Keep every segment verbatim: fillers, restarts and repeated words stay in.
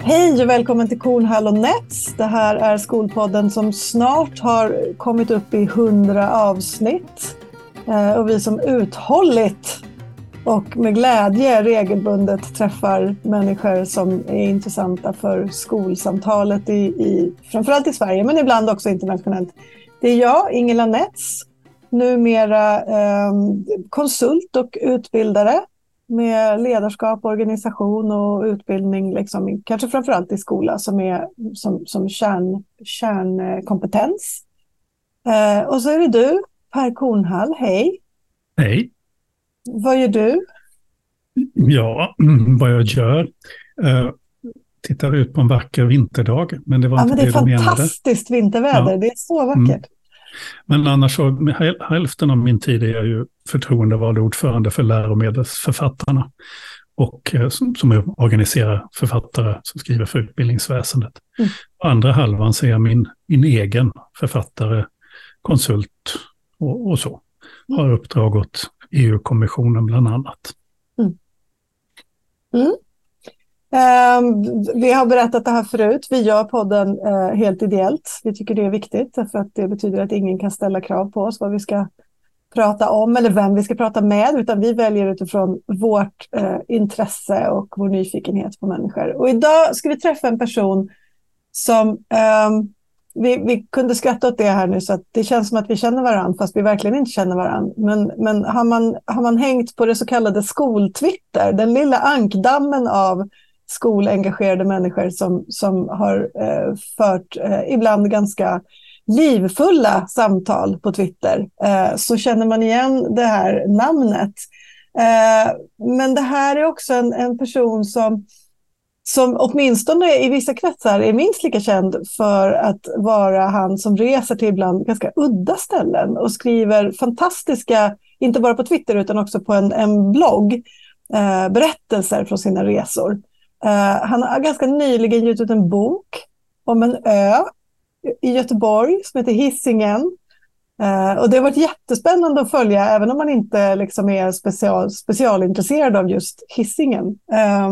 Hej och välkommen till Kornhall och Nets. Det här är skolpodden som snart har kommit upp i hundra avsnitt. Och vi som uthålligt och med glädje regelbundet träffar människor som är intressanta för skolsamtalet i, i framförallt i Sverige, men ibland också internationellt. Det är jag, Ingela Nets, numera eh, konsult och utbildare med ledarskap, organisation och utbildning, liksom, kanske framförallt i skola som är som, som kärn, kärnkompetens. Eh, och så är det du, Per Kornhall, hej. Hej. Vad gör du? Ja, vad jag gör. Uh, tittar ut på en vacker vinterdag. Men det var ja, inte men det är det fantastiskt vinterväder, ja. Det är så vackert. Mm. Men annars så, hälften av min tid är jag ju förtroendevald ordförande för läromedelsförfattarna. Och uh, som, som organiserar författare som skriver för utbildningsväsendet. Mm. Andra halvan så är jag min, min egen författare, konsult och, och så. Har uppdrag åt E U-kommissionen bland annat. Mm. Mm. Um, vi har berättat det här förut. Vi gör podden uh, helt ideellt. Vi tycker det är viktigt för att det betyder att ingen kan ställa krav på oss vad vi ska prata om eller vem vi ska prata med, utan vi väljer utifrån vårt uh, intresse och vår nyfikenhet på människor. Och idag ska vi träffa en person som um, Vi, vi kunde skratta åt det här nu, så att det känns som att vi känner varandra fast vi verkligen inte känner varandra. Men, men har, man, har man hängt på det så kallade skoltwitter, den lilla ankdammen av skolengagerade människor som, som har eh, fört eh, ibland ganska livfulla samtal på Twitter, eh, så känner man igen det här namnet. Eh, men det här är också en, en person som som åtminstone i vissa kretsar är minst lika känd för att vara han som reser till ibland ganska udda ställen och skriver fantastiska, inte bara på Twitter utan också på en, en blogg, eh, berättelser från sina resor. Eh, han har ganska nyligen gett ut en bok om en ö i Göteborg som heter Hisingen. Eh, och det har varit jättespännande att följa, även om man inte liksom är special, specialintresserad av just Hisingen. Eh,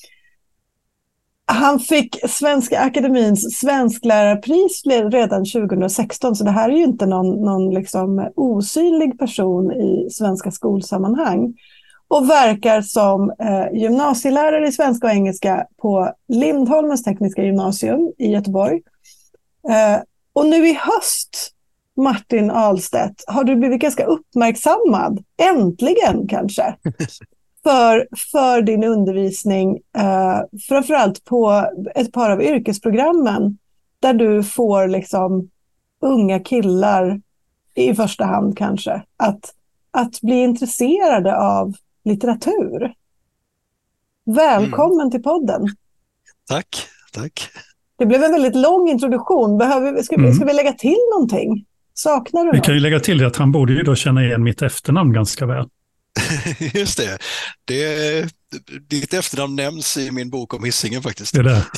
Han fick Svenska Akademins svensklärarpris redan tjugohundrasexton, så det här är ju inte någon, någon liksom osynlig person i svenska skolsammanhang. Och verkar som eh, gymnasielärare i svenska och engelska på Lindholmens tekniska gymnasium i Göteborg. Eh, och nu i höst, Martin Ahlstedt, har du blivit ganska uppmärksammad, äntligen kanske. För, för din undervisning, eh, framförallt på ett par av yrkesprogrammen där du får liksom unga killar i första hand kanske att, att bli intresserade av litteratur. Välkommen mm. till podden. Tack, tack. Det blev en väldigt lång introduktion. Behöver, ska, mm. ska vi lägga till någonting? Saknar du Vi något? kan ju lägga till det att han borde ju då känna igen mitt efternamn ganska väl. Just det. det. Ditt efternamn nämns i min bok om Hisingen faktiskt. Det där.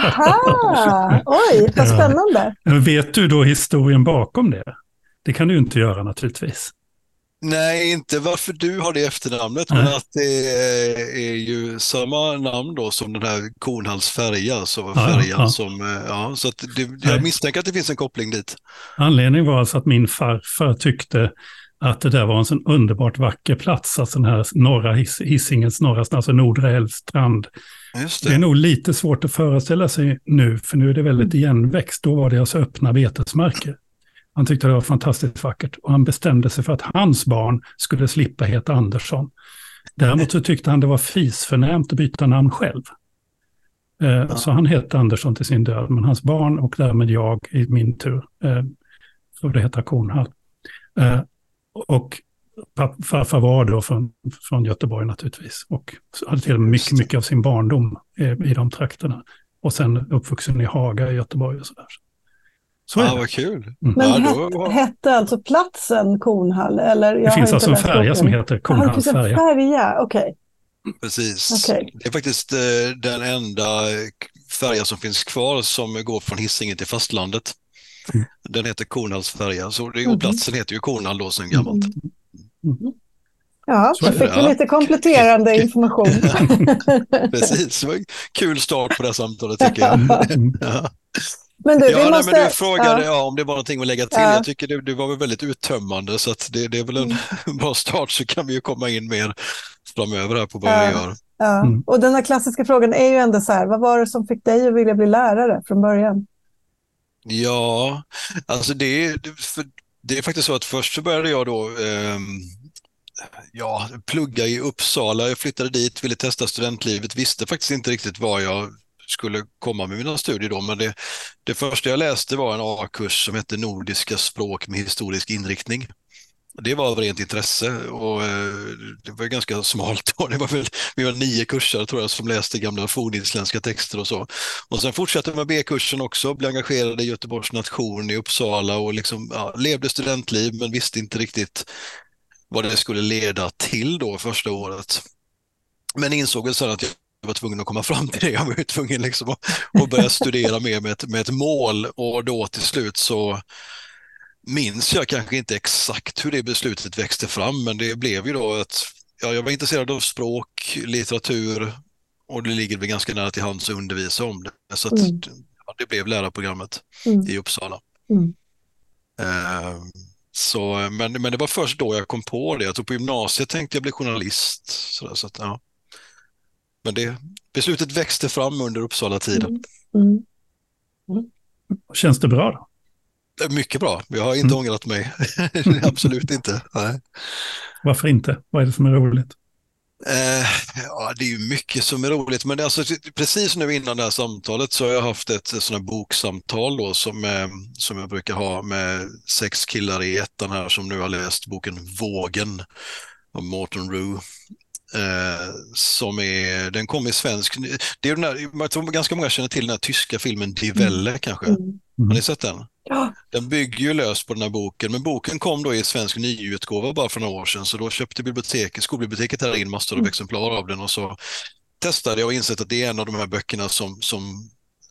Aha! Oj, vad spännande. Ja. Vet du då historien bakom det? Det kan du inte göra naturligtvis. Nej, inte varför du har det efternamnet, Nej. men att det är ju samma namn då som den här Kornhalls färja, så var färjan ja, ja. som, ja, så att det, jag misstänker att det finns en koppling dit. Anledningen var alltså att min farfar tyckte att det där var en sån underbart vacker plats, alltså den här norra His- Hisingens norra, alltså Nordre älvstrand. Just det. Det är nog lite svårt att föreställa sig nu, för nu är det väldigt igenväxt. Då var det alltså öppna betesmarker. Han tyckte det var fantastiskt vackert och han bestämde sig för att hans barn skulle slippa heta Andersson. Däremot så tyckte han det var fisförnämt att byta namn själv. Eh, ja. Så han hette Andersson till sin död, men hans barn och därmed jag i min tur, eh, så det heter Kornhall. Eh, Och farfar var då från, från Göteborg naturligtvis. Och hade till och med mycket, mycket av sin barndom i de trakterna. Och sen uppvuxen i Haga i Göteborg och sådär. Så ja, vad kul. Mm. Men ja, hette, då... hette alltså platsen Kornhall? Eller, jag det finns alltså en färja som heter Kornhalls färja. Ja, färja, okej. Okay. Precis. Okay. Det är faktiskt eh, den enda färja som finns kvar som går från Hisingen till fastlandet. Mm. Den heter Kornhalls färja, så det, och platsen heter ju Kornhall då sen gammalt. Mm. Mm. Ja, så fick vi lite kompletterande information. Precis, det var en kul start på det här samtalet tycker jag. Ja. Men du, ja, vi nej, måste... men du frågade ja. ja, om det var någonting att lägga till. Ja. Jag tycker det, det var väl väldigt uttömmande, så att det, det är väl en mm. bra start, så kan vi ju komma in mer framöver här på vad ja. vi gör. Ja. Mm. Och den här klassiska frågan är ju ändå så här, vad var det som fick dig att vilja bli lärare från början? Ja, alltså det, för, det är faktiskt så att först så började jag då eh, ja, plugga i Uppsala. Jag flyttade dit, ville testa studentlivet, visste faktiskt inte riktigt vad jag skulle komma med mina studier då, men det, det första jag läste var en A-kurs som hette Nordiska språk med historisk inriktning. Det var av rent intresse och eh, det var ganska smalt då. Det var väl, vi var nio kurser tror jag som läste gamla fornisländska texter och så. Och sen fortsatte jag med B-kursen också, blev engagerad i Göteborgs nation i Uppsala och liksom, ja, levde studentliv men visste inte riktigt vad det skulle leda till då första året. Men insåg väl sen att jag var tvungen att komma fram till det. Jag var tvungen liksom att, att börja studera mer med ett, med ett mål, och då till slut så minns jag kanske inte exakt hur det beslutet växte fram, men det blev ju då att ja, jag var intresserad av språk, litteratur, och det ligger väl ganska nära till hands att undervisa om det. Så att, mm. ja, det blev lärarprogrammet mm. i Uppsala. Mm. Uh, så, men, men det var först då jag kom på det. Jag tog på gymnasiet tänkte jag bli journalist. Så, så att, ja. Men det, beslutet växte fram under Uppsala-tiden. Mm. Mm. Mm. Känns det bra då? Mycket bra. Jag har inte mm. ångrat mig. Absolut inte. Nej. Varför inte? Vad är det som är roligt? Eh, ja, det är ju mycket som är roligt. Men alltså, precis nu innan det här samtalet så har jag haft ett sådant boksamtal då, som, eh, som jag brukar ha med sex killar i ettan här som nu har läst boken Vågen av Morton Rue. Eh, som är, den kom i svensk. Det är den här, jag tror ganska många känner till den här tyska filmen Die Welle mm. kanske. Mm. Har ni sett den? Ja. Den bygger ju löst på den här boken, men boken kom då i svensk nyutgåva bara för några år sedan, så då köpte biblioteket, skolbiblioteket här in massor av mm. exemplar av den, och så testade jag och insett att det är en av de här böckerna som, som,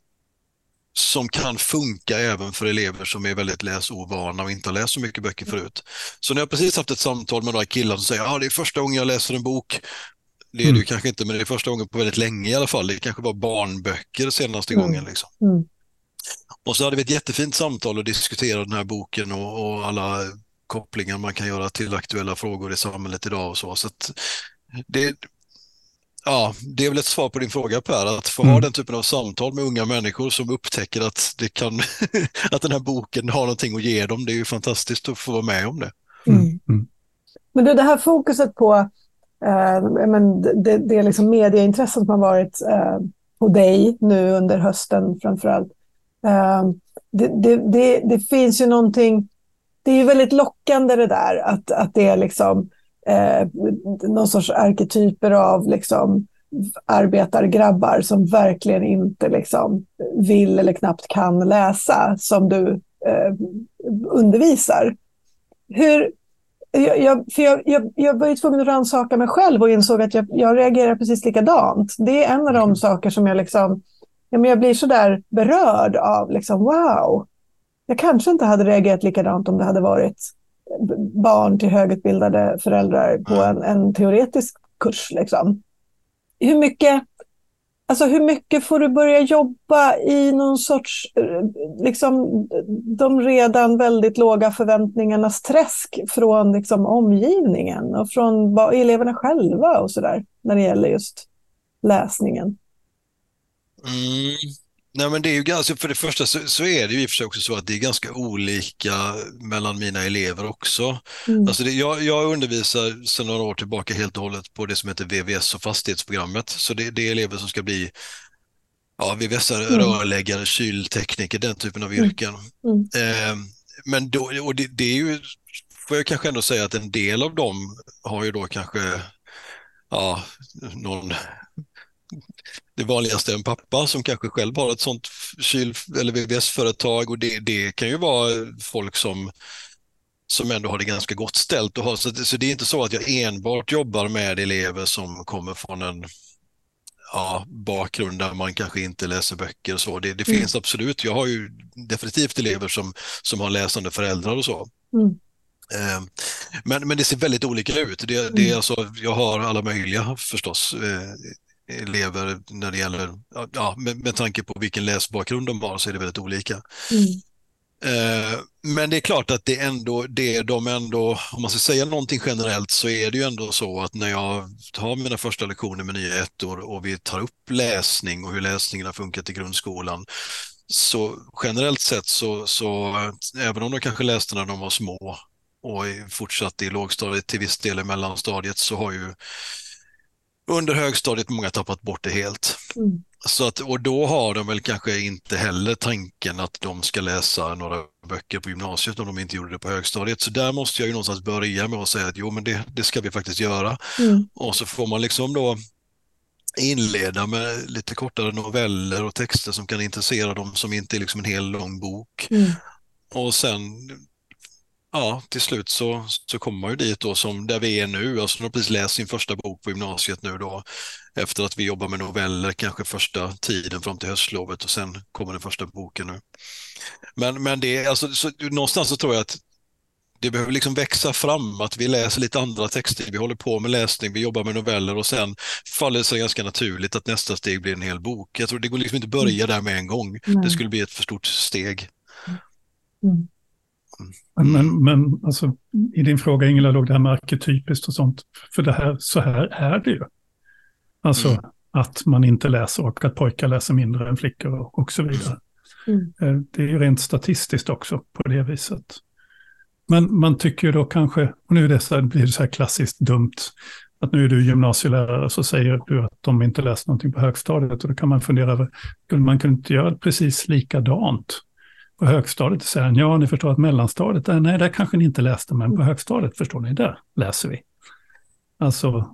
som kan funka även för elever som är väldigt läsovana och inte har läst så mycket böcker förut. Så när jag precis haft ett samtal med några killar som säger att ah, det är första gången jag läser en bok. Det är det mm. ju kanske inte, men det är första gången på väldigt länge i alla fall. Det kanske var barnböcker senaste mm. gången liksom. Mm. Och så hade vi ett jättefint samtal och diskuterade den här boken och, och alla kopplingar man kan göra till aktuella frågor i samhället idag och så. Så att det, ja, det är väl ett svar på din fråga, Per, att få mm. ha den typen av samtal med unga människor som upptäcker att, det kan, att den här boken har någonting att ge dem. Det är ju fantastiskt att få vara med om det. Mm. Mm. Men du, det här fokuset på eh, men det, det är liksom medieintresset som har varit eh, på dig nu under hösten framförallt. Uh, det, det, det, det finns ju någonting, det är ju väldigt lockande det där att, att det är liksom eh, någon sorts arketyper av liksom arbetargrabbar som verkligen inte liksom vill eller knappt kan läsa som du eh, undervisar. Hur, jag, jag, för jag, jag, jag var ju tvungen att rannsaka mig själv och insåg att jag, jag reagerar precis likadant. Det är en av de saker som jag liksom Ja, men jag blir så där berörd av liksom, wow, jag kanske inte hade reagerat likadant om det hade varit barn till högutbildade föräldrar på en, en teoretisk kurs. Liksom. Hur mycket, alltså hur mycket får du börja jobba i någon sorts, liksom, de redan väldigt låga förväntningarnas träsk från liksom, omgivningen och från eleverna själva och sådär när det gäller just läsningen? Mm. Nej, men det är ju ganska, för det första så, så är det ju i och för sig också så att det är ganska olika mellan mina elever också. Mm. Alltså det, jag, jag undervisar sedan några år tillbaka helt och hållet på det som heter V V S och fastighetsprogrammet. Så det, det är elever som ska bli ja, V V S-are, mm. rörläggare, kyltekniker, den typen av yrken. Mm. Mm. Eh, men då, och det, det är ju, får jag kanske ändå säga att en del av dem har ju då kanske ja, någon... Det vanligaste är en pappa som kanske själv har ett sånt kyl- eller V V S-företag, och det, det kan ju vara folk som, som ändå har det ganska gott ställt. Och har, så, så det är inte så att jag enbart jobbar med elever som kommer från en ja, bakgrund där man kanske inte läser böcker och så. Det, det finns mm. absolut. Jag har ju definitivt elever som, som har läsande föräldrar och så. Mm. Eh, men, men det ser väldigt olika ut. Det, det är alltså, jag har alla möjliga förstås eh, elever när det gäller, ja, med, med tanke på vilken läsbakgrund de har så är det väldigt olika. Mm. Eh, men det är klart att det ändå, det de ändå, om man ska säga någonting generellt så är det ju ändå så att när jag tar mina första lektioner med nya ettor och vi tar upp läsning och hur läsningen har funkat i grundskolan, så generellt sett så, så även om de kanske läste när de var små och fortsatt i lågstadiet till viss del i mellanstadiet, så har ju under högstadiet många tappat bort det helt. Mm. Så att, och då har de väl kanske inte heller tanken att de ska läsa några böcker på gymnasiet om de inte gjorde det på högstadiet. Så där måste jag ju någonstans börja med att säga att jo, men det, det ska vi faktiskt göra. Mm. Och så får man liksom då inleda med lite kortare noveller och texter som kan intressera dem, som inte är liksom en hel lång bok. Mm. Och sen, ja, till slut så, så kommer man ju dit då som där vi är nu. Alltså de har precis läst sin första bok på gymnasiet nu då, efter att vi jobbar med noveller kanske första tiden fram till höstlovet, och sen kommer den första boken nu. Men, men det är alltså, så, någonstans så tror jag att det behöver liksom växa fram, att vi läser lite andra texter, vi håller på med läsning, vi jobbar med noveller och sen faller det sig ganska naturligt att nästa steg blir en hel bok. Jag tror det går liksom inte börja där med en gång. Nej. Det skulle bli ett för stort steg. Mm. Men, men, men alltså, i din fråga, Ingela, låg det här med arketypiskt och sånt. För det här, så här är det ju. Alltså Mm. att man inte läser och att pojkar läser mindre än flickor och, och så vidare. Mm. Det är ju rent statistiskt också på det viset. Men man tycker ju då kanske, och nu är det så här, blir det så här klassiskt dumt, att nu är du gymnasielärare så säger du att de inte läst någonting på högstadiet, och då kan man fundera över, skulle man kunna inte göra precis likadant på högstadiet? Och säga, ja, ni förstår att mellanstadiet, nej, där kanske ni inte läste, men på högstadiet förstår ni, där läser vi. Alltså...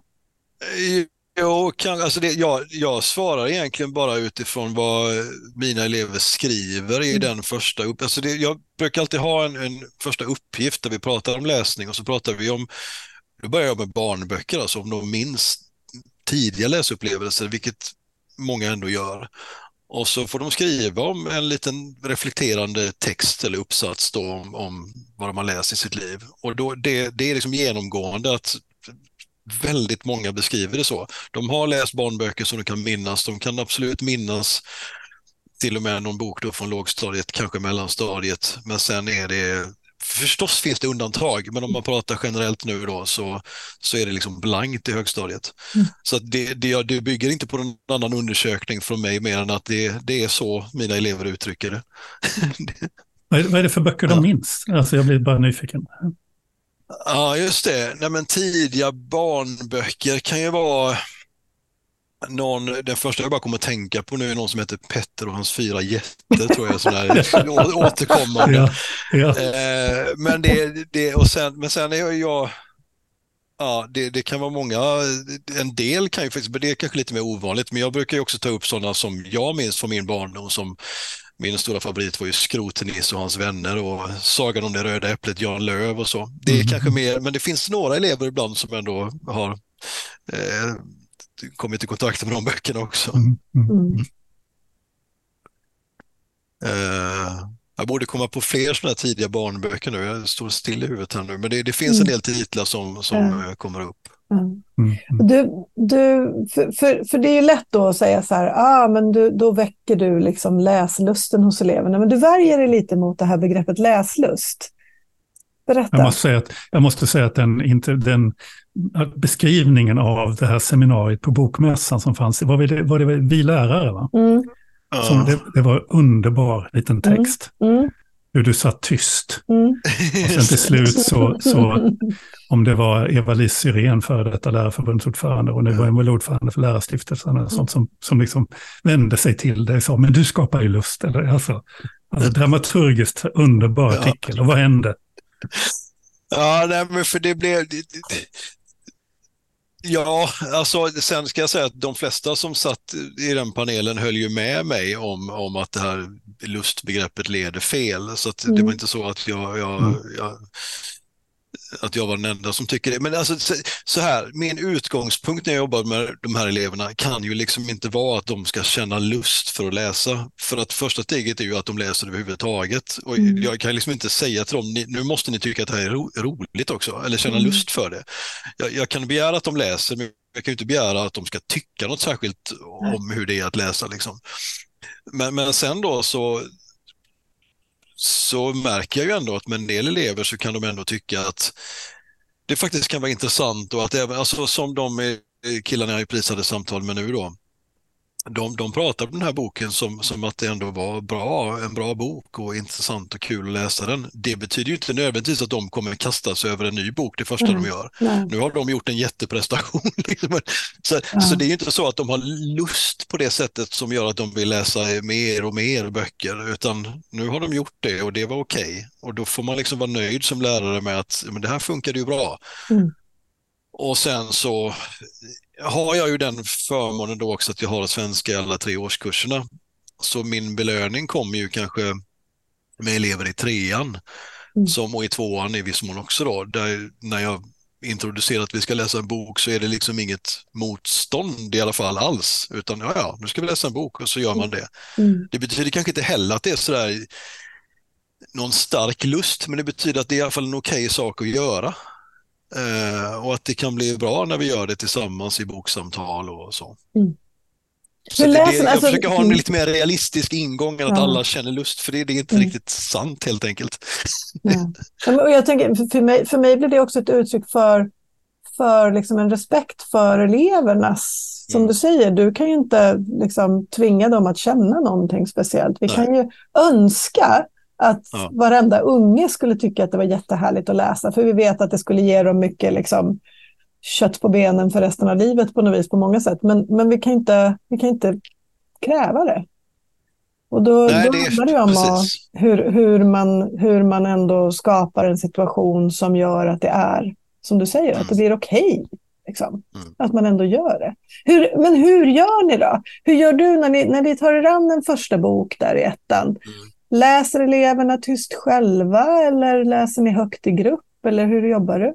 Jo, kan, alltså det, jag, jag svarar egentligen bara utifrån vad mina elever skriver i Mm. den första upp. Alltså det, jag brukar alltid ha en, en första uppgift där vi pratar om läsning, och så pratar vi om, då börjar jag med barnböcker, alltså om de minns tidiga läsupplevelser, vilket många ändå gör. Och så får de skriva om en liten reflekterande text eller uppsats då om, om vad de har läst i sitt liv. Och då, det, det är liksom genomgående att väldigt många beskriver det så. De har läst barnböcker som de kan minnas. De kan absolut minnas till och med någon bok då från lågstadiet, kanske mellanstadiet. Men sen är det, förstås finns det undantag, men om man pratar generellt nu då så, så är det liksom blankt i högstadiet. Mm. Så att det, det, det bygger inte på någon annan undersökning från mig, mer än att det, det är så mina elever uttrycker det. Vad är, vad är det för böcker de minns? Alltså jag blir bara nyfiken. Ja, just det. Nej, men tidiga barnböcker kan ju vara någon, den första jag bara kommer att tänka på nu är någon som heter Petter och hans fyra jätter, tror jag, sån här återkommande. Ja, ja. Eh, men det, det och sen, men sen är jag, jag ja, det, det kan vara många, en del kan ju faktiskt, det är kanske lite mer ovanligt, men jag brukar ju också ta upp sådana som jag minns från min barndom, som min stora favorit var ju Skrotenis och hans vänner och Sagan om det röda äpplet, Jan Löv och så. Det är Mm. kanske mer, men det finns några elever ibland som ändå har eh, kommit i kontakt med de böckerna också. Mm. Mm. Mm. Eh, jag borde komma på fler sådana här tidiga barnböcker nu. Jag står still i huvudet här nu, men det, det finns en del titlar som, som Mm. eh, kommer upp. Mm. Mm. Du, du, för, för, för det är ju lätt då att säga så här, ah, men du, då väcker du liksom läslusten hos eleverna, men du värjer dig lite mot det här begreppet läslust. Berätta. Jag måste säga att, jag måste säga att den, inte, den beskrivningen av det här seminariet på Bokmässan som fanns, var det, var det vi lärare, va? Mm. Som det, det var underbar liten text. Mm. Mm. Hur du satt tyst. Mm. Och sen till slut så, så om det var Eva-Lis Syrén, före detta lärarförbundsordförande, och nu var hon väl ordförande för Lärarstiftelsen, och sånt som, som liksom vände sig till det och sa, men du skapar ju lust. Eller, alltså, alltså dramaturgiskt underbar artikel. Och vad hände? Ja, nej, men för det blev... Ja, alltså sen ska jag säga att de flesta som satt i den panelen höll ju med mig om, om att det här lustbegreppet leder fel. Så att Mm. det var inte så att jag, jag, Mm. jag att jag var den enda som tycker det. Men alltså, så här, min utgångspunkt när jag jobbar med de här eleverna kan ju liksom inte vara att de ska känna lust för att läsa. För att första steget är ju att de läser överhuvudtaget. Och mm. jag kan liksom inte säga till dem, nu måste ni tycka att det här är ro roligt också, eller känna mm. lust för det. Jag, jag kan begära att de läser, men jag kan ju inte begära att de ska tycka något särskilt om hur det är att läsa. Liksom. Men, men sen då så så märker jag ju ändå att med en del elever så kan de ändå tycka att det faktiskt kan vara intressant och att även, alltså som de killarna jag prisade samtal med nu då, de, de pratar om den här boken som, som att det ändå var bra, en bra bok och intressant och kul att läsa den. Det betyder ju inte nödvändigtvis att de kommer kasta sig över en ny bok det första mm. de gör. Nej. Nu har de gjort en jätteprestation. Liksom. Så, ja. så det är ju inte så att de har lust på det sättet som gör att de vill läsa mer och mer böcker, utan nu har de gjort det och det var okej. Okay. Och då får man liksom vara nöjd som lärare med att men det här funkar ju bra. Mm. Och sen så har jag ju den förmånen då också att jag har svenska i alla tre årskurserna. Så min belöning kommer ju kanske med elever i trean mm. som och i tvåan i viss mån också då. Där när jag introducerar att vi ska läsa en bok så är det liksom inget motstånd i alla fall alls. Utan ja, ja, nu ska vi läsa en bok och så gör man det. Mm. Det betyder kanske inte heller att det är sådär någon stark lust, men det betyder att det är i alla fall en okej sak att göra. Uh, och att det kan bli bra när vi gör det tillsammans i boksamtal och så. Mm. Så det, det, jag alltså, försöker ha en lite mer realistisk ingång än att ja. alla känner lust, för det, det är inte mm. riktigt sant helt enkelt. Ja. Och jag tänker, för, mig, för mig blir det också ett uttryck för, för liksom en respekt för elevernas, som mm. du säger, du kan ju inte liksom tvinga dem att känna någonting speciellt. Vi Nej. kan ju önska att ja. varenda unge skulle tycka att det var jättehärligt att läsa. För vi vet att det skulle ge dem mycket liksom, kött på benen för resten av livet på något vis på många sätt. Men, men vi, kan inte, vi kan inte kräva det. Och då, Nej, då det handlar det om att, hur, hur, man, hur man ändå skapar en situation som gör att det är, som du säger, mm. att det blir okej. Liksom. Mm. Att man ändå gör det. Hur, men hur gör ni då? Hur gör du när ni, när ni tar er an en första bok där i ettan? Mm. Läser eleverna tyst själva eller läser ni högt i grupp eller hur jobbar du?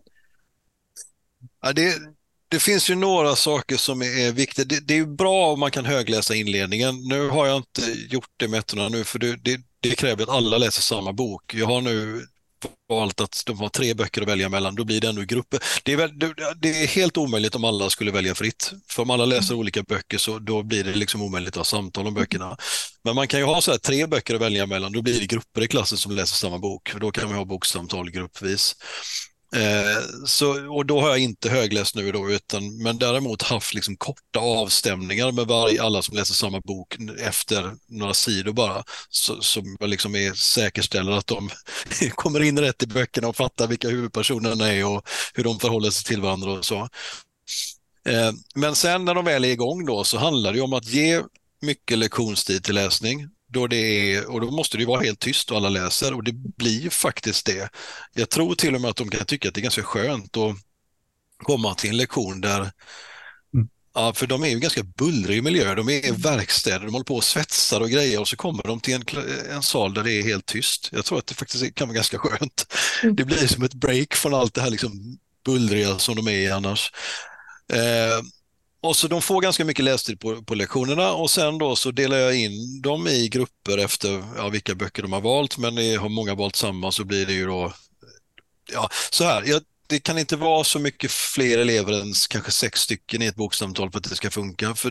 Ja, det, det finns ju några saker som är viktiga. Det, det är ju bra om man kan högläsa inledningen. Nu har jag inte gjort det med ettorna nu för det, det, det kräver att alla läser samma bok. Jag har nu valt att de har tre böcker att välja mellan, då blir det ändå grupper. Det är, väl, det är helt omöjligt om alla skulle välja fritt. För om alla läser mm. olika böcker så då blir det liksom omöjligt att ha samtal om böckerna. Men man kan ju ha så här tre böcker att välja mellan, då blir det grupper i klassen som läser samma bok. För då kan vi ha boksamtal gruppvis. Eh, så, och då har jag inte högläst nu då, utan, men däremot haft liksom korta avstämningar med varje, alla som läser samma bok efter några sidor bara, så, som liksom är, säkerställer att de kommer in rätt i böckerna och fattar vilka huvudpersonerna är och hur de förhåller sig till varandra och så. Eh, men sen när de väl är igång då så handlar det om att ge mycket lektionstid till läsning. Då det är, och då måste det vara helt tyst och alla läser och det blir faktiskt det. Jag tror till och med att de kan tycka att det är ganska skönt att komma till en lektion där, mm. ja, för de är ju ganska bullrig miljö, de är verkstäder, de håller på och svetsar och grejer och så kommer de till en, en sal där det är helt tyst. Jag tror att det faktiskt kan vara ganska skönt. Mm. Det blir som ett break från allt det här liksom bullriga som de är annars. Eh, Och så de får ganska mycket lästid på, på lektionerna och sen då så delar jag in dem i grupper efter ja, vilka böcker de har valt, men det har många valt samma så blir det ju då, ja så här, jag, det kan inte vara så mycket fler elever än kanske sex stycken i ett boksamtal för att det ska funka. För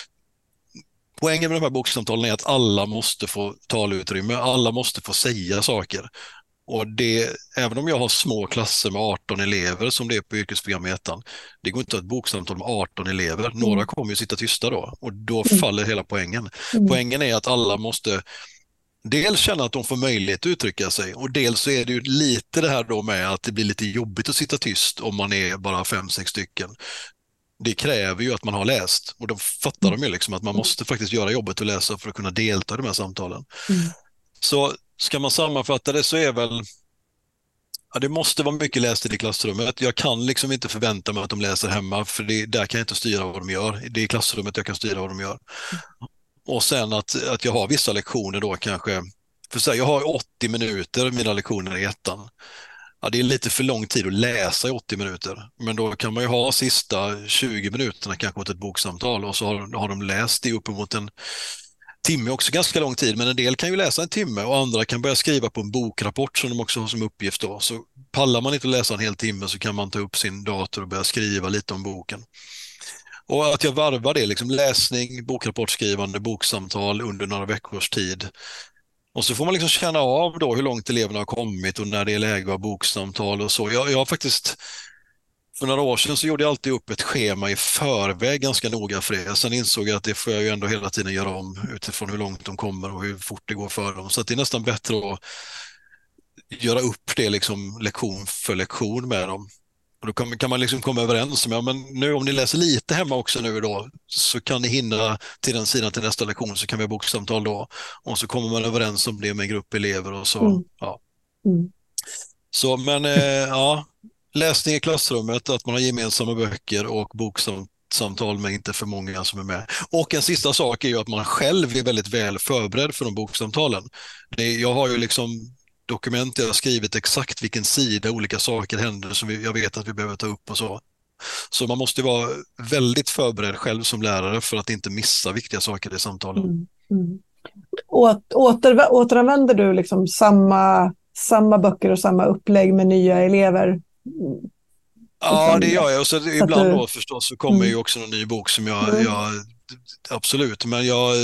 poängen med de här boksamtalen är att alla måste få talutrymme, alla måste få säga saker. Och det, även om jag har små klasser med arton elever som det är på yrkesprogram i ettan, det går inte att ha ett boksamtal med arton elever. Mm. Några kommer ju sitta tysta då och då mm. faller hela poängen. Mm. Poängen är att alla måste dels känna att de får möjlighet att uttrycka sig och dels så är det ju lite det här då med att det blir lite jobbigt att sitta tyst om man är bara fem, sex stycken. Det kräver ju att man har läst och då fattar mm. de ju liksom att man måste faktiskt göra jobbet att läsa för att kunna delta i de här samtalen. Mm. Så ska man sammanfatta det så är väl, ja, det måste vara mycket läst i klassrummet. Jag kan liksom inte förvänta mig att de läser hemma för det, där kan jag inte styra vad de gör. Det är i klassrummet jag kan styra vad de gör. Och sen att, att jag har vissa lektioner då kanske, för så här, jag har åttio minuter mina lektioner i ettan. ja, det är lite för lång tid att läsa i åttio minuter. Men då kan man ju ha sista tjugo minuterna kanske åt ett boksamtal och så har, har de läst det uppemot en timme, också ganska lång tid. Men en del kan ju läsa en timme och andra kan börja skriva på en bokrapport som de också har som uppgift då. Så pallar man inte att läsa en hel timme så kan man ta upp sin dator och börja skriva lite om boken. Och att jag varvar det, liksom läsning, bokrapportskrivande, boksamtal under några veckors tid. Och så får man liksom känna av då hur långt eleverna har kommit och när det är läge att ha boksamtal och så. Jag, jag har faktiskt, för några år sedan så gjorde jag alltid upp ett schema i förväg ganska noga för det. Sen insåg jag att det får jag ju ändå hela tiden göra om utifrån hur långt de kommer och hur fort det går för dem. Så att det är nästan bättre att göra upp det liksom lektion för lektion med dem. Och då kan, kan man liksom komma överens om, ja, men nu om ni läser lite hemma också nu då, så kan ni hinna till den sidan till nästa lektion, så kan vi ha boksamtal då. Och så kommer man överens om det med en grupp elever och så. Mm. Ja. Mm. Så men eh, ja, läsning i klassrummet, att man har gemensamma böcker och boksamtal med inte för många som är med. Och en sista sak är ju att man själv är väldigt väl förberedd för de boksamtalen. Det, jag har ju liksom dokument där jag har skrivit exakt vilken sida olika saker händer som vi, jag vet att vi behöver ta upp och så. Så man måste vara väldigt förberedd själv som lärare för att inte missa viktiga saker i samtalen. Mm. Mm. Åter, återanvänder du liksom samma, samma böcker och samma upplägg med nya elever? Ja, det gör jag. Och så, så ibland du... då förstås så kommer mm. ju också en ny bok som jag, mm. jag absolut, men jag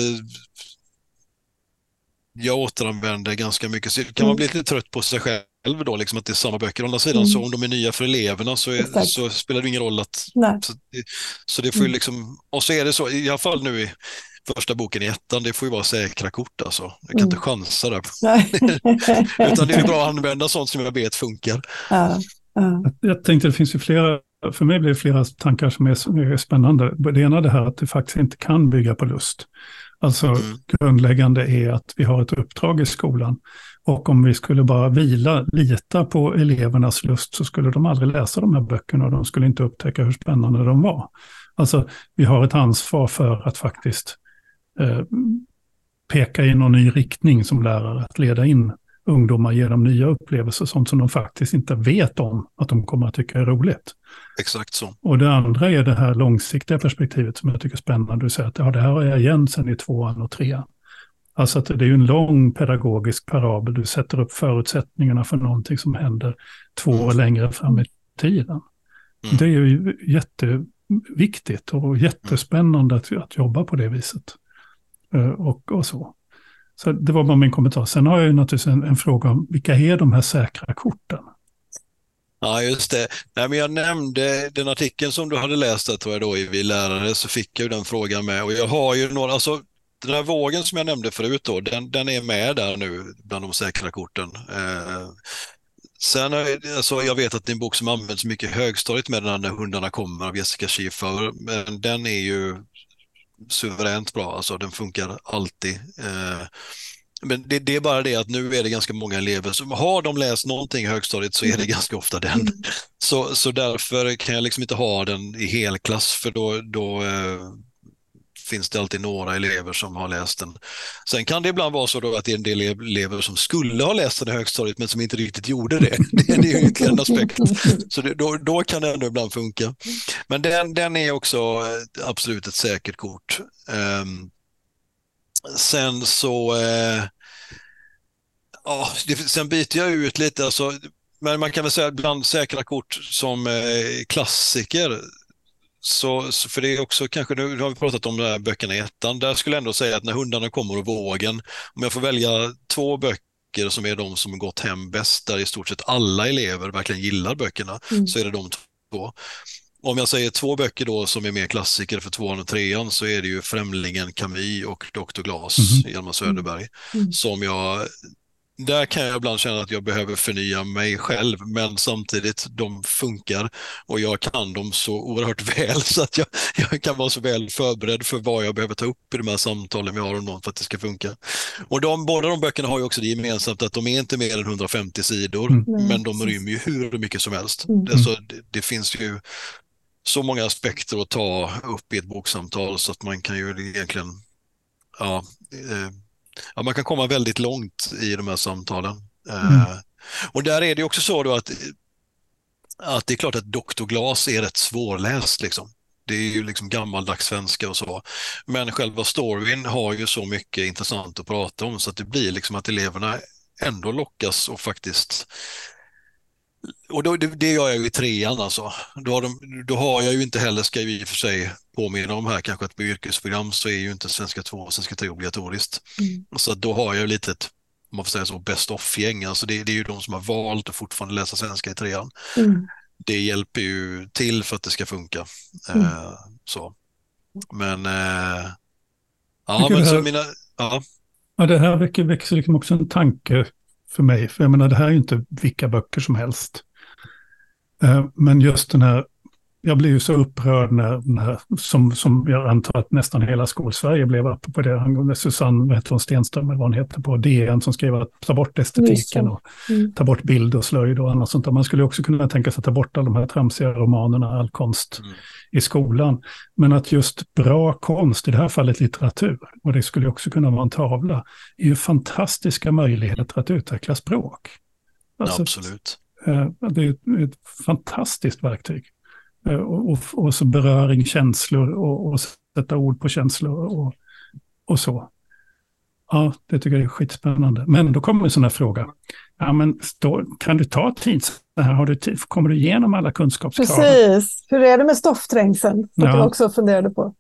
jag återanvänder ganska mycket. Så kan mm. man bli lite trött på sig själv då, liksom att det är samma böcker. Å andra sidan, mm. så om de är nya för eleverna så, är, så spelar det ingen roll att... Så, så det får ju liksom... Och så är det så, i alla fall nu i första boken i ettan, det får ju vara säkra kort alltså. Jag kan mm. inte chansa där. Utan det är bra att använda sånt som jag vet funkar. Ja. Ja. Jag tänkte det finns ju flera... För mig blir det flera tankar som är, som är spännande. Det ena är det här att det faktiskt inte kan bygga på lust. Alltså mm. grundläggande är att vi har ett uppdrag i skolan, och om vi skulle bara vila, lita på elevernas lust, så skulle de aldrig läsa de här böckerna och de skulle inte upptäcka hur spännande de var. Alltså vi har ett ansvar för att faktiskt eh, peka i någon ny riktning som lärare, att leda in ungdomar, ge dem nya upplevelser, sånt som de faktiskt inte vet om att de kommer att tycka är roligt. Exakt så. Och det andra är det här långsiktiga perspektivet som jag tycker är spännande. Du säger att ja, det här har jag igen sedan i tvåan och trean. Alltså att det är ju en lång pedagogisk parabel. Du sätter upp förutsättningarna för någonting som händer två år längre fram i tiden. Mm. Det är ju jätteviktigt och jättespännande att, att jobba på det viset. Och, och så. Så det var bara min kommentar. Sen har jag ju naturligtvis en, en fråga om vilka är de här säkra korten? Ja, just det. Nej, men jag nämnde den artikeln som du hade läst där, tror jag då, i Vi lärare, så fick jag ju den frågan med. Och jag har ju några, alltså den här vågen som jag nämnde förut då, den, den är med där nu bland de säkra korten. Eh, sen, alltså jag vet att det är en bok som används mycket högstadiet med den här När hundarna kommer av Jessica Schiffer, men den är ju suveränt bra, alltså den funkar alltid. Eh, Men det, det är bara det att nu är det ganska många elever som har de läst någonting i högstadiet, så är det ganska ofta den. Mm. Så, så därför kan jag liksom inte ha den i helklass, för då, då eh, finns det alltid några elever som har läst den. Sen kan det ibland vara så då att det är en del elever som skulle ha läst den i högstadiet men som inte riktigt gjorde det. Det, det är ju ytterligare en aspekt. Så det, då, då kan det ändå ibland funka. Men den, den är också absolut ett säkert kort. Um, Sen så, eh, ja, det, sen byter jag ut lite, alltså, men man kan väl säga bland säkra kort som eh, klassiker, så, så, för det är också kanske, nu har vi pratat om de här böckerna i ettan, där skulle jag ändå säga att När hundarna kommer och Vågen, om jag får välja två böcker som är de som gått hem bäst, där i stort sett alla elever verkligen gillar böckerna, mm. så är det de två. Om jag säger två böcker då som är mer klassiker för tvåan och trean, så är det ju Främlingen, Camus och doktor Glas, mm. Hjalmar Söderberg, mm. som jag, där kan jag ibland känna att jag behöver förnya mig själv, men samtidigt de funkar och jag kan dem så oerhört väl, så att jag, jag kan vara så väl förberedd för vad jag behöver ta upp i de här samtalen vi har om dem för att det ska funka. Och de, båda de böckerna har ju också det gemensamt att de är inte mer än hundrafemtio sidor, mm. men de rymmer ju hur mycket som helst. Mm. Alltså, det, det finns ju så många aspekter att ta upp i ett boksamtal, så att man kan ju egentligen, ja, eh, ja man kan komma väldigt långt i de här samtalen. Eh, mm. Och där är det också så då att, att det är klart att doktor Glas är rätt svårläst liksom. Det är ju liksom gammaldags svenska och så. Men själva storyn har ju så mycket intressant att prata om så att det blir liksom att eleverna ändå lockas och faktiskt... Och då, det, det gör jag ju i trean alltså. Då har, de, då har jag ju inte heller, ska ju i och för sig påminna om här kanske att på yrkesprogram så är ju inte svenska två och svenska tre obligatoriskt. Mm. Så då har jag ju lite ett, om man får säga så, best off-gäng. Alltså det, det är ju de som har valt att fortfarande läsa svenska i trean. Mm. Det hjälper ju till för att det ska funka. Mm. Eh, så. Men... Eh, ja, men så här, mina... Ja. Ja, det här väcker, växer liksom också en tanke för mig. För jag menar, det här är ju inte vilka böcker som helst. Eh, men just den här... Jag blev ju så upprörd när, när som, som jag antar att nästan hela Skolsverige blev uppe på det. Angående Susanne, vad heter hon, Stenström, eller vad hon heter, på D N som skrev att ta bort estetiken och mm. ta bort bild och slöjd och annat sånt. Man skulle också kunna tänka sig att ta bort alla de här tramsiga romanerna, all konst mm. i skolan. Men att just bra konst, i det här fallet litteratur, och det skulle också kunna vara en tavla, är ju fantastiska möjligheter att utveckla språk. Alltså, ja, absolut. Det är ett, ett fantastiskt verktyg. Och, och, och så beröring, känslor och, och sätta ord på känslor och, och så. Ja, det tycker jag är skitspännande. Men då kommer en sån här fråga. Ja, men då, kan du ta tid? Här har du tid? Kommer du igenom alla kunskapskrav? Precis. Hur är det med stoffträngseln? Som ja. du också funderade på.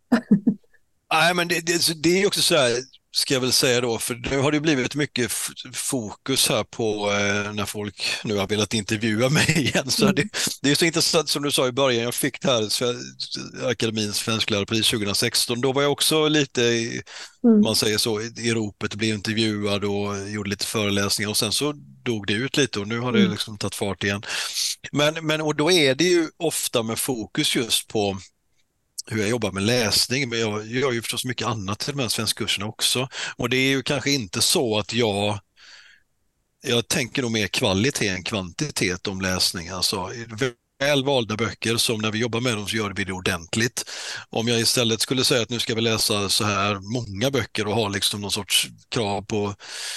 Nej, men det, det, det är också så här, ska jag väl säga då, för nu har det blivit mycket fokus här på eh, när folk nu har velat intervjua mig igen. Så mm. det, det är så intressant som du sa i början, jag fick det här Akademins svensklärarpris tjugo sexton, då var jag också lite, i, mm. man säger så, i ropet, blev intervjuad och gjorde lite föreläsningar och sen så dog det ut lite och nu har det mm. liksom tagit fart igen. Men, men och då är det ju ofta med fokus just på hur jag jobbar med läsning, men jag gör ju förstås mycket annat till de här svenskkurserna också. Och det är ju kanske inte så att jag jag tänker nog mer kvalitet än kvantitet om läsning. Alltså väl valda böcker som när vi jobbar med dem så gör vi det ordentligt. Om jag istället skulle säga att nu ska vi läsa så här många böcker och ha liksom någon sorts krav på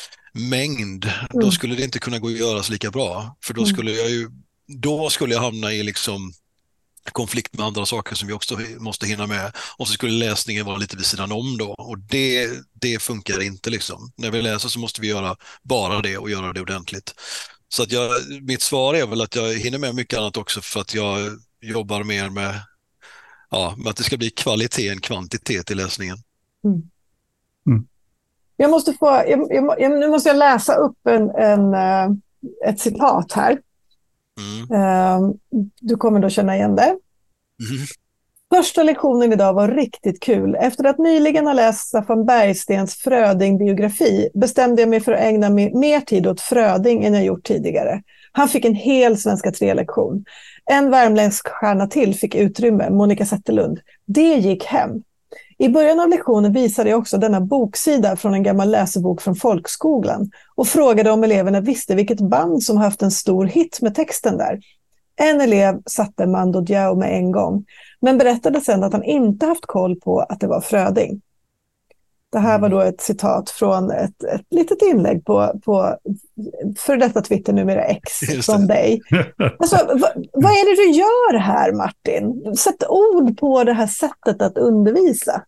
mängd, mm. då skulle det inte kunna gå att göra så lika bra. För då skulle jag ju då skulle jag hamna i liksom konflikt med andra saker som vi också måste hinna med och så skulle läsningen vara lite vid sidan om då och det, det funkar inte liksom. När vi läser så måste vi göra bara det och göra det ordentligt. Så att jag, mitt svar är väl att jag hinner med mycket annat också för att jag jobbar mer med, ja, med att det ska bli kvalitet än kvantitet i läsningen. Mm. Mm. Jag måste få, jag, jag, nu måste jag läsa upp en, en, ett citat här. Mm. Uh, du kommer då känna igen det. Mm. Första lektionen idag var riktigt kul. Efter att nyligen ha läst Staffan Bergstens Fröding-biografi bestämde jag mig för att ägna mig mer tid åt Fröding än jag gjort tidigare. Han fick en hel svenska tre-lektion. En värmländsk stjärna till fick utrymme, Monica Zetterlund. Det gick hem. I början av lektionen visade jag också denna boksida från en gammal läsebok från folkskolan och frågade om eleverna visste vilket band som haft en stor hit med texten där. En elev satte Mando Diao med en gång, men berättade sedan att han inte haft koll på att det var Fröding. Det här var då ett citat från ett, ett litet inlägg på, på för detta Twitter, numera X, från dig. Alltså, vad, vad är det du gör här, Martin? Sätt ord på det här sättet att undervisa.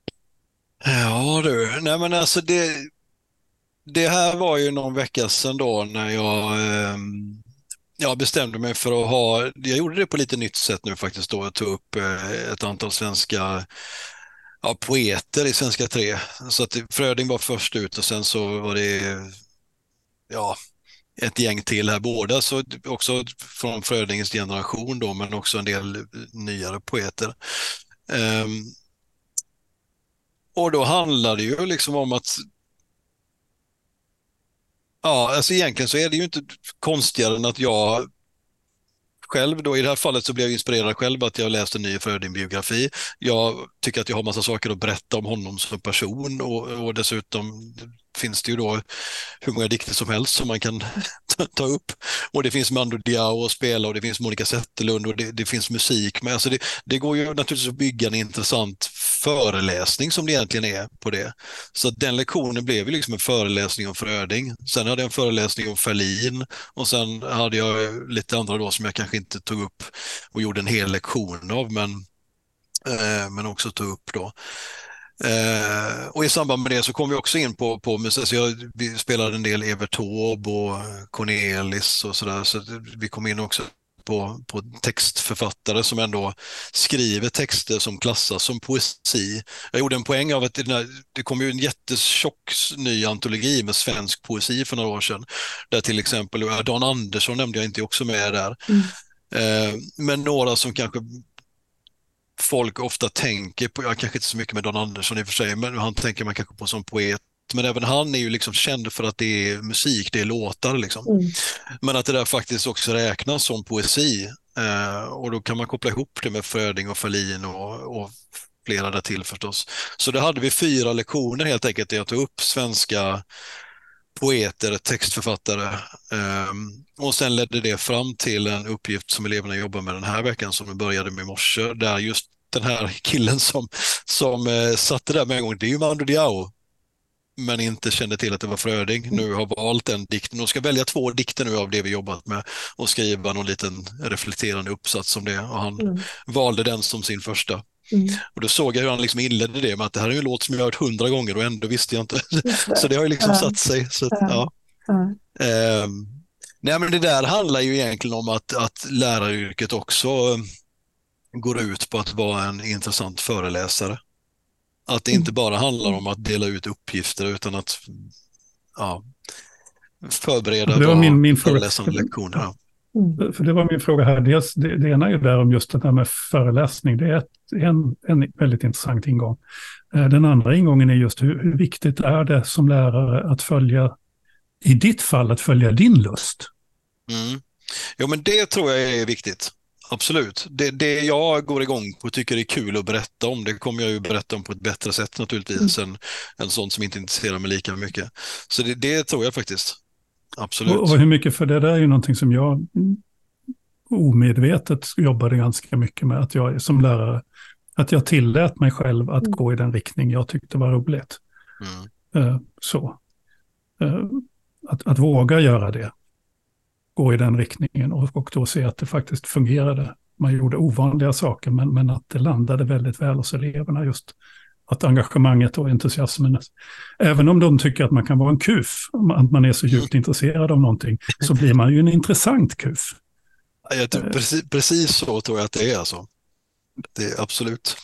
Ja du, nej men alltså det, det här var ju någon vecka sedan då när jag, eh, jag bestämde mig för att ha, jag gjorde det på lite nytt sätt nu faktiskt då, jag tog upp eh, ett antal svenska ja, poeter i svenska tre. Så att Fröding var först ut och sen så var det ja, ett gäng till här, båda så också från Frödings generation då, men också en del nyare poeter. Um, och då handlar det ju liksom om att ja, alltså egentligen så är det ju inte konstigare än att jag själv då, i det här fallet så blev jag inspirerad själv att jag läste en ny Fröding-biografi. Jag tycker att jag har massa saker att berätta om honom som person och, och dessutom finns det ju då hur många dikter som helst som man kan ta upp. Och det finns Mando Diao att spela och det finns Monica Zetterlund och det, det finns musik. Men alltså det, det går ju naturligtvis att bygga en intressant föreläsning som det egentligen är på det. Så att den lektionen blev ju liksom en föreläsning om Fröding. Sen hade jag en föreläsning om Ferlin och sen hade jag lite andra då som jag kanske inte tog upp och gjorde en hel lektion av, men, eh, men också tog upp då. Eh, och i samband med det så kom vi också in på, på musik. Så jag, vi spelade en del Evert Taube och Cornelis och sådär, så vi kom in också på, på textförfattare som ändå skriver texter som klassas som poesi. Jag gjorde en poäng av att det, där, det kom ju en jättetjock ny antologi med svensk poesi för några år sedan, där till exempel Dan Andersson nämnde jag inte också med där. Mm. Eh, men några som kanske folk ofta tänker på, jag kanske inte så mycket med Dan Andersson i och för sig, men han tänker man kanske på som poet. Men även han är ju liksom känd för att det är musik, det är låtar liksom. Mm. Men att det där faktiskt också räknas som poesi. Eh, och då kan man koppla ihop det med Fröding och Ferlin och, och flera där till förstås. Så då hade vi fyra lektioner helt enkelt där jag tog upp svenska poeter, textförfattare. Eh, och sen ledde det fram till en uppgift som eleverna jobbar med den här veckan som började med i morse. Där just den här killen som, som eh, satte där med en gång, det är ju Mando Diao, men inte kände till att det var Fröding. Nu har valt en dikt. De ska välja två dikter nu av det vi jobbat med och skriva någon liten reflekterande uppsats om det. Och han mm. valde den som sin första. Mm. Och då såg jag hur han liksom inledde det med att det här är en låt som jag har hört hundra gånger och ändå visste jag inte. Det. Så det har ju liksom uh. satt sig. Så att, uh. ja. Uh. Um, nej, men det där handlar ju egentligen om att, att läraryrket också går ut på att vara en intressant föreläsare. Att det inte bara handlar om att dela ut uppgifter utan att ja, förbereda det var min, min föreläsande lektioner. Ja. Mm. För det var min fråga här. Dels, det, det ena är ju där om just det här med föreläsning. Det är ett, en, en väldigt intressant ingång. Den andra ingången är just hur, hur viktigt är det som lärare att följa, i ditt fall, att följa din lust? Mm. Jo, men det tror jag är viktigt. Absolut. Det, det jag går igång på och tycker det är kul att berätta om, det kommer jag ju berätta om på ett bättre sätt naturligtvis mm. än, än sånt som inte intresserar mig lika mycket. Så det, det tror jag faktiskt. Absolut. Och, och hur mycket, för det där är ju någonting som jag omedvetet jobbade ganska mycket med, att jag som lärare, att jag tillät mig själv att mm. gå i den riktning jag tyckte var roligt. Mm. Uh, så. Uh, att, att våga göra det. Gå i den riktningen och, och då se att det faktiskt fungerade. Man gjorde ovanliga saker men, men att det landade väldigt väl hos eleverna, just att engagemanget och entusiasmen, även om de tycker att man kan vara en kuf, att man är så djupt intresserad av någonting, så blir man ju en intressant kuf. Jag tror, precis, precis så tror jag att det är alltså. Det är absolut.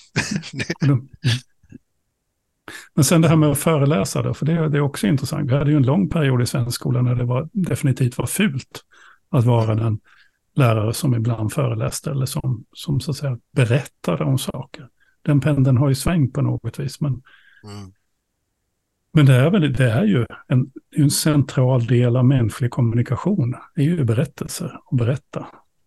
Men sen det här med att föreläsa då, för det, det är också intressant. Vi hade ju en lång period i svensk skola när det var, definitivt var fult att vara den lärare som ibland föreläste eller som, som så att säga berättade om saker. Den pendeln har ju svängt på något vis. Men, mm. men det, är väl, det är ju en, en central del av mänsklig kommunikation. Det är ju berättelser och berätta.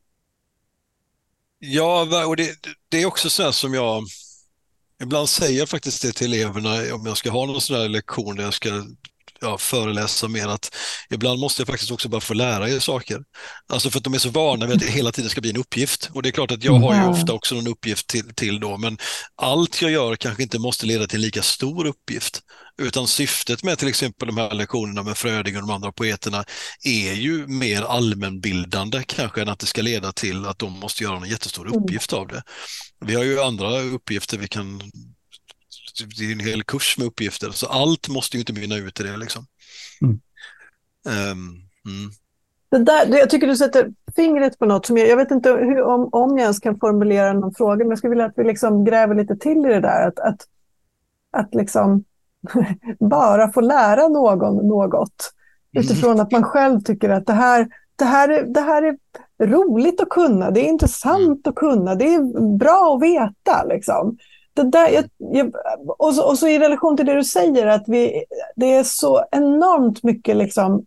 Ja, och det, det är också så här som jag... Ibland säger jag faktiskt det till eleverna om jag ska ha någon sån här lektion där jag ska ja, föreläsa mer, att ibland måste jag faktiskt också bara få lära er saker. Alltså för att de är så vana vid att det hela tiden ska bli en uppgift. Och det är klart att jag har ju ofta också någon uppgift till, till då, men allt jag gör kanske inte måste leda till en lika stor uppgift. Utan syftet med till exempel de här lektionerna med Fröding och de andra poeterna är ju mer allmänbildande kanske än att det ska leda till att de måste göra en jättestor uppgift av det. Vi har ju andra uppgifter vi kan... Det är en hel kurs med uppgifter, så allt måste ju inte mynna ut i det liksom. Mm. Um, mm. Det där, jag tycker du sätter fingret på något som jag, jag vet inte hur, om, om jag ens kan formulera någon fråga, men jag skulle vilja att vi liksom gräver lite till i det där, att, att, att liksom bara få lära någon något utifrån mm. att man själv tycker att det här, det här, är, det här är roligt att kunna, det är intressant mm. att kunna, det är bra att veta liksom. Det där, jag, jag, och, så, och så i relation till det du säger, att vi, det är så enormt mycket liksom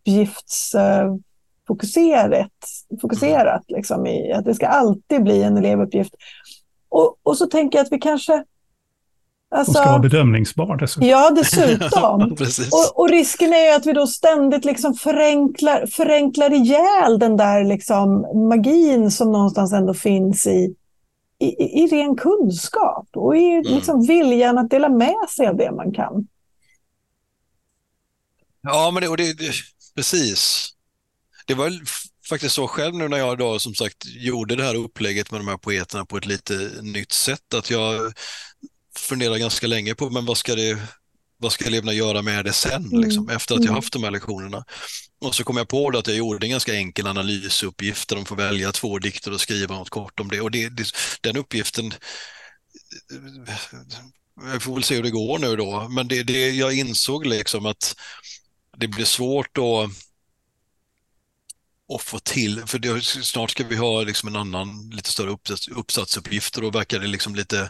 uppgiftsfokuserat fokuserat, liksom, i att det ska alltid bli en elevuppgift. Och, och så tänker jag att vi kanske... Alltså, de ska vara bedömningsbar dessutom. Ja, dessutom. och, och risken är ju att vi då ständigt liksom förenklar, förenklar ihjäl den där liksom magin som någonstans ändå finns i i, i ren kunskap och i liksom mm. viljan att dela med sig av det man kan. Ja, men det, och det, det, precis. Det var faktiskt så själv nu när jag då som sagt gjorde det här upplägget med de här poeterna på ett lite nytt sätt, att jag funderar ganska länge på men vad ska det vad ska eleverna göra med det sen, mm. liksom, efter att jag haft de här lektionerna. Och så kom jag på det att jag gjorde en ganska enkel analysuppgift där de får välja två dikter och skriva något kort om det. Och det, det, den uppgiften, jag får väl se hur det går nu då, men det, det, jag insåg liksom att det blir svårt att, att få till, för det, snart ska vi ha liksom en annan lite större uppsats, uppsatsuppgift och då verkar det liksom lite.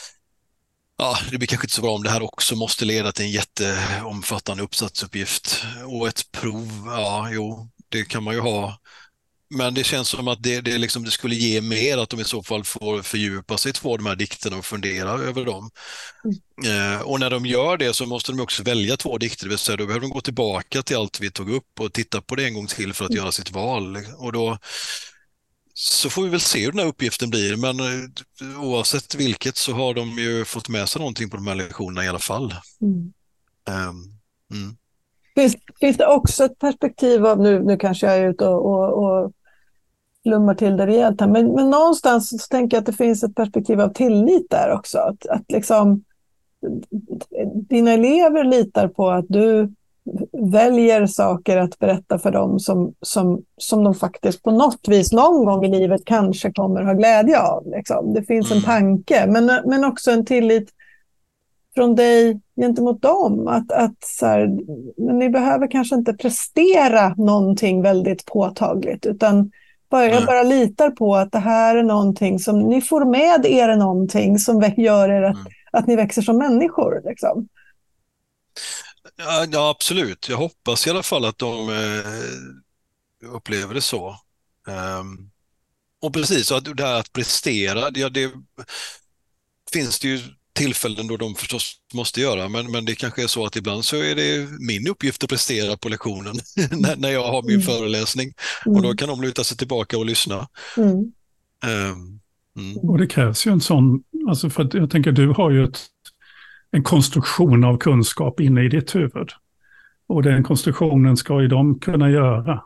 Ja, det blir kanske inte så bra om det här också måste leda till en jätteomfattande uppsatsuppgift och ett prov. Ja, jo, det kan man ju ha. Men det känns som att det, det, liksom, det skulle ge mer att de i så fall får fördjupa sig i två av de här dikterna och fundera över dem. Mm. Eh, och när de gör det så måste de också välja två dikter, det vill säga då behöver de gå tillbaka till allt vi tog upp och titta på det en gång till för att mm. göra sitt val. Och då så får vi väl se hur den här uppgiften blir, men oavsett vilket så har de ju fått med sig någonting på de här lektionerna i alla fall. Mm. Um, mm. Finns, finns det också ett perspektiv av, nu, nu kanske jag är ute och, och, och lummar till det rejält här, men, men någonstans så tänker jag att det finns ett perspektiv av tillit där också. Att, att liksom dina elever litar på att du väljer saker att berätta för dem som, som, som de faktiskt på något vis någon gång i livet kanske kommer ha glädje av. Liksom. Det finns en tanke, men, men också en tillit från dig gentemot dem. Att, att så här, men ni behöver kanske inte prestera någonting väldigt påtagligt, utan bara, jag bara litar på att det här är någonting som ni får med er, någonting som gör er att, att ni växer som människor. Liksom. Ja, ja, absolut. Jag hoppas i alla fall att de eh, upplever det så. Um, och precis, så att det här att prestera, ja, det finns det ju tillfällen då de förstås måste göra, men, men det kanske är så att ibland så är det min uppgift att prestera på lektionen när, när jag har min mm. föreläsning. Mm. Och då kan de luta sig tillbaka och lyssna. Mm. Um, mm. Och det krävs ju en sån, alltså för att jag tänker du har ju ett en konstruktion av kunskap inne i ditt huvud. Och den konstruktionen ska ju de kunna göra.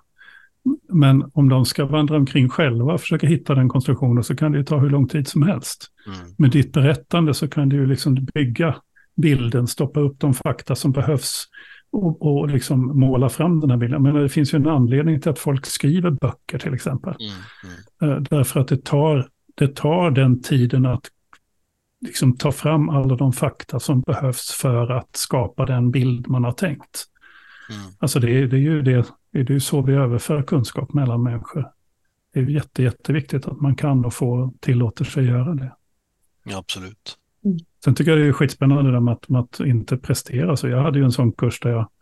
Men om de ska vandra omkring själva och försöka hitta den konstruktionen så kan det ju ta hur lång tid som helst. Mm. Med ditt berättande så kan du ju liksom bygga bilden, stoppa upp de fakta som behövs och, och liksom måla fram den här bilden. Men det finns ju en anledning till att folk skriver böcker till exempel. Mm. Mm. Därför att det tar, det tar den tiden att liksom ta fram alla de fakta som behövs för att skapa den bild man har tänkt. Mm. Alltså det är, det är ju det, det är ju så vi överför kunskap mellan människor. Det är jätte, jätteviktigt att man kan och får tillåta sig göra det. Ja, absolut. Mm. Sen tycker jag det är skitspännande det med att, med att inte prestera. Så jag hade ju en sån kurs där jag,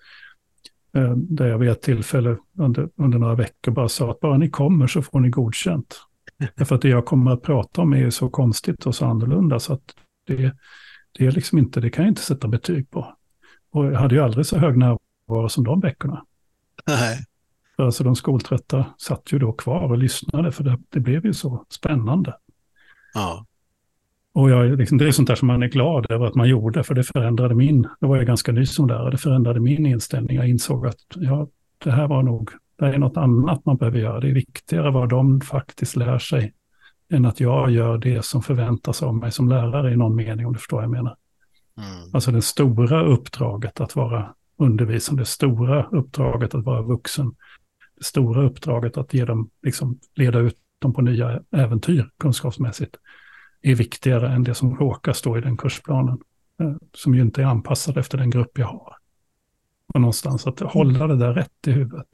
där jag vid ett tillfälle under, under några veckor bara sa att bara ni kommer så får ni godkänt. Därför att det jag kommer att prata om är så konstigt och så annorlunda så att det, det är liksom inte, det kan jag inte sätta betyg på. Och jag hade ju aldrig så hög närvaro som de veckorna. Nej. För alltså de skoltrötta satt ju då kvar och lyssnade för det, det blev ju så spännande. Ja. Och jag, liksom, det är sånt där som man är glad över att man gjorde, för det förändrade min, då var jag ganska ny som lärare, det förändrade min inställning. Jag insåg att ja, det här var nog, det är något annat man behöver göra. Det är viktigare vad de faktiskt lär sig än att jag gör det som förväntas av mig som lärare i någon mening, om du förstår vad jag menar. Mm. Alltså det stora uppdraget att vara undervisande, det stora uppdraget att vara vuxen, det stora uppdraget att ge dem, liksom, leda ut dem på nya äventyr kunskapsmässigt är viktigare än det som råkar stå i den kursplanen, eh, som ju inte är anpassad efter den grupp jag har. Och någonstans att hålla det där rätt i huvudet.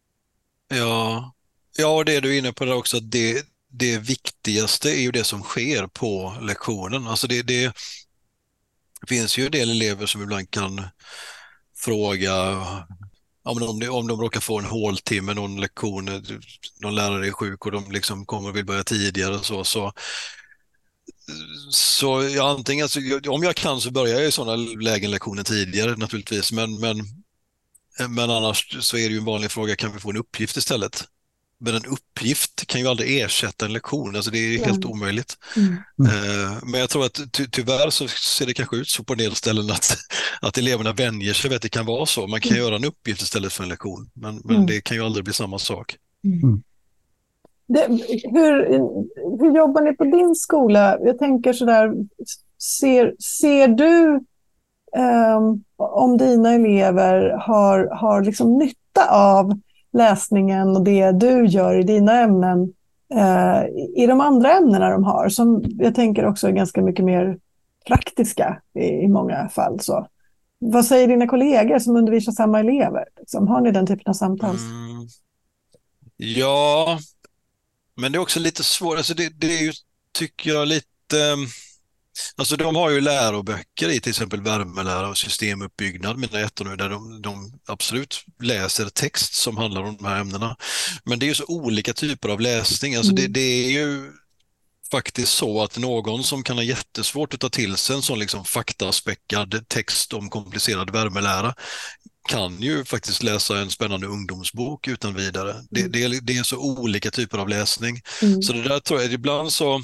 Ja, ja, och det du är inne på där också, att det, det viktigaste är ju det som sker på lektionen. Alltså det, det finns ju en del elever som ibland kan fråga ja, men om, det, om de råkar få en håltimme, någon lektion, någon lärare är sjuk och de liksom kommer och vill börja tidigare och så, så Så ja, antingen, alltså, om jag kan så börjar jag i sådana lägen lektioner tidigare naturligtvis, men, men, men annars så är det ju en vanlig fråga, kan vi få en uppgift istället? men en uppgift kan ju aldrig ersätta en lektion, alltså det är helt Mm. omöjligt. Mm. Uh, men jag tror att ty tyvärr så ser det kanske ut så på en del ställen att, att eleverna vänjer sig vid att det kan vara så. Man kan Mm. göra en uppgift istället för en lektion, men, men Mm. det kan ju aldrig bli samma sak. Mm. Det, hur, hur jobbar ni på din skola? Jag tänker sådär, ser, ser du um, om dina elever har, har liksom nytta av läsningen och det du gör i dina ämnen uh, i de andra ämnena de har, som jag tänker också är ganska mycket mer praktiska i, i många fall. Så. Vad säger dina kollegor som undervisar samma elever? Liksom, har ni den typen av samtal? Mm. Ja, men det är också lite svårt. Alltså det, det är ju, tycker jag, lite... Alltså de har ju läroböcker i till exempel värmelära och systemuppbyggnad, mina ettor nu, där de, de absolut läser text som handlar om de här ämnena. Men det är ju så olika typer av läsning. Alltså Mm. det, det är ju faktiskt så att någon som kan ha jättesvårt att ta till sig en sån liksom faktaspäckad text om komplicerad värmelära kan ju faktiskt läsa en spännande ungdomsbok utan vidare. Mm. Det, det, är, det är så olika typer av läsning. Mm. Så det där tror jag, ibland så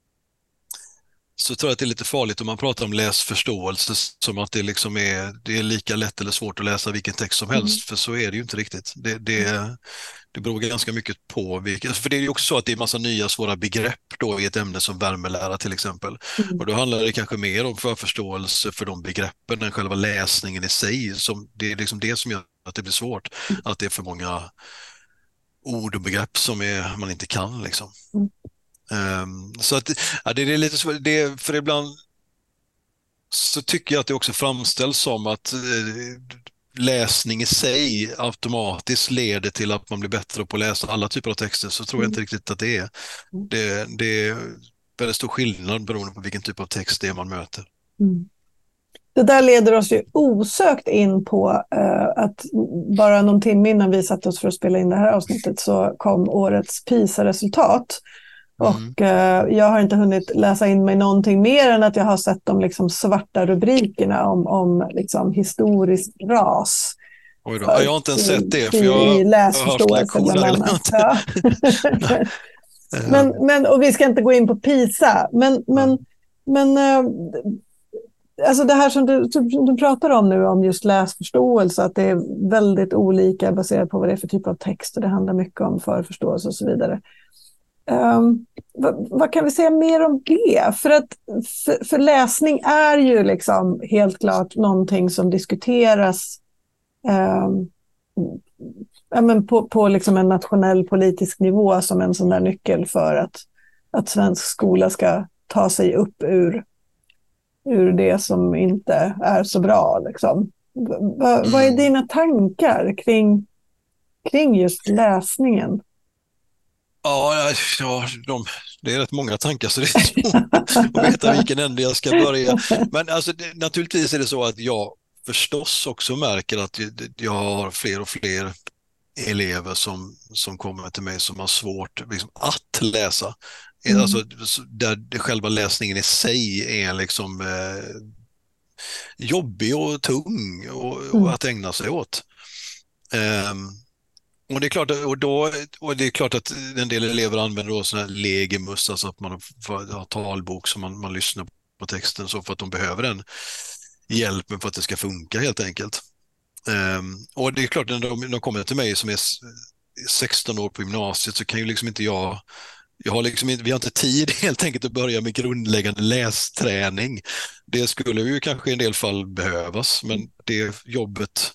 så tror jag att det är lite farligt om man pratar om läsförståelse som att det liksom är, det är lika lätt eller svårt att läsa vilken text som helst, mm. för så är det ju inte riktigt. Det, det, det beror ganska mycket på vilket, för det är ju också så att det är massa nya svåra begrepp då i ett ämne som värmelära till exempel. Mm. Och då handlar det kanske mer om förförståelse för de begreppen än själva läsningen i sig. Som, det är liksom det som gör att det blir svårt, mm. att det är för många ord och begrepp som är, man inte kan liksom. Mm. Um, så att ja, det är lite svårt, det, för ibland så tycker jag att det också framställs som att eh, läsning i sig automatiskt leder till att man blir bättre på att läsa alla typer av texter. Så tror jag inte riktigt att det är. Det, det är väldigt stor skillnad beroende på vilken typ av text det är man möter. Mm. Det där leder oss ju osökt in på uh, att bara någon timme innan vi satt oss för att spela in det här avsnittet så kom årets PISA-resultat. Och eh, jag har inte hunnit läsa in mig någonting mer än att jag har sett de liksom svarta rubrikerna om, om liksom historisk ras. Oj då. Jag har inte ens sett det, för jag har haft lektioner. Ja. men, men, och vi ska inte gå in på PISA, men, men, mm. men eh, alltså det här som du, som du pratar om nu om just läsförståelse, att det är väldigt olika baserat på vad det är för typ av text och det handlar mycket om förförståelse och så vidare. Um, vad, vad kan vi säga mer om det? För att för, för läsning är ju liksom helt klart någonting som diskuteras um, ja, men på, på liksom en nationell politisk nivå som en sån där nyckel för att, att svensk skola ska ta sig upp ur, ur det som inte är så bra. Liksom. Va, vad är dina tankar kring, kring just läsningen? Ja, ja de, det är rätt många tankar så det är svårt att veta vilken ände jag ska börja. Men alltså, det, naturligtvis är det så att jag förstås också märker att jag har fler och fler elever som, som kommer till mig som har svårt liksom, att läsa. Mm. Alltså, där själva läsningen i sig är liksom eh, jobbig och tung och, mm. och att ägna sig åt. Um, Och det är klart, och då, och det är klart att en del elever använder då sån här legimus, alltså att man har talbok som man, man lyssnar på texten så för att de behöver den hjälpen för att det ska funka helt enkelt. Um, och det är klart, när de, de kommer till mig som är sexton år på gymnasiet så kan ju liksom inte jag, jag har liksom inte, vi har inte tid helt enkelt att börja med grundläggande lästräning. Det skulle ju kanske i en del fall behövas, men det jobbet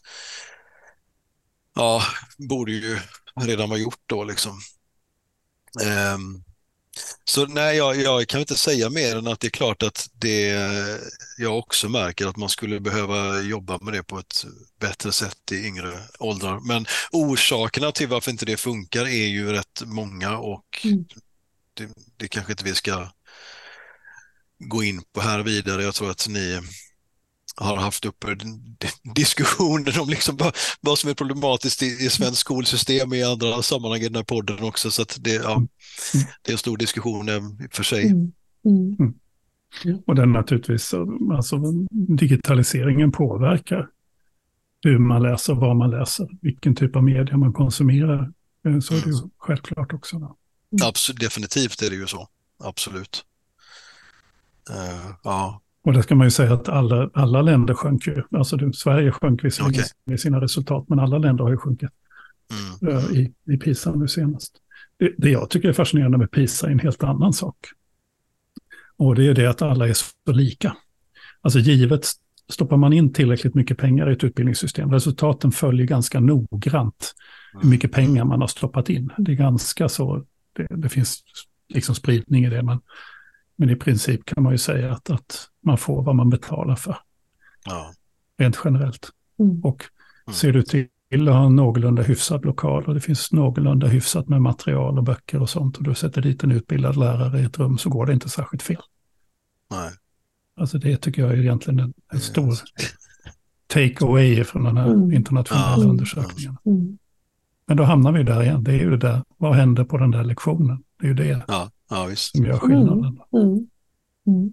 ja, borde ju redan vara gjort då liksom. Um, så nej, jag, jag kan inte säga mer än att det är klart att det, jag också märker att man skulle behöva jobba med det på ett bättre sätt i yngre åldrar. Men orsakerna till varför inte det funkar är ju rätt många och mm. det, det kanske inte vi ska gå in på här vidare. Jag tror att ni har haft upp diskussioner om liksom vad, vad som är problematiskt i, i svensk skolsystem i andra sammanhang i den här podden också. Så att det, ja, det är en stor diskussion för sig. Mm. Mm. Mm. Och den naturligtvis, alltså digitaliseringen påverkar hur man läser, vad man läser, vilken typ av media man konsumerar. Så är det ju mm. självklart också. Mm. Absolut, definitivt är det ju så. Absolut. Uh, ja. Och det ska man ju säga att alla, alla länder sjönk ju. Alltså det, Sverige sjönk visserligen okay. med sina resultat, men alla länder har ju sjunkit mm. uh, i, i PISA nu senast. Det, det jag tycker är fascinerande med PISA är en helt annan sak. Och det är det att alla är så lika. Alltså givet stoppar man in tillräckligt mycket pengar i ett utbildningssystem. Resultaten följer ganska noggrant hur mycket pengar man har stoppat in. Det är ganska så, det, det finns liksom spridning i det. Men, men i princip kan man ju säga att, att man får vad man betalar för. Ja. Rent generellt. Mm. Och ser du till att ha en någorlunda hyfsad lokal och det finns någorlunda hyfsat med material och böcker och sånt och du sätter dit en utbildad lärare i ett rum så går det inte särskilt fel. Nej. Alltså det tycker jag är egentligen en, en stor take-away från den här mm. internationella mm. undersökningen. Mm. Men då hamnar vi där igen. Det är ju det där, vad händer på den där lektionen? Det är ju det ja, ja, visst. som gör skillnaden. Mm. Mm. Mm.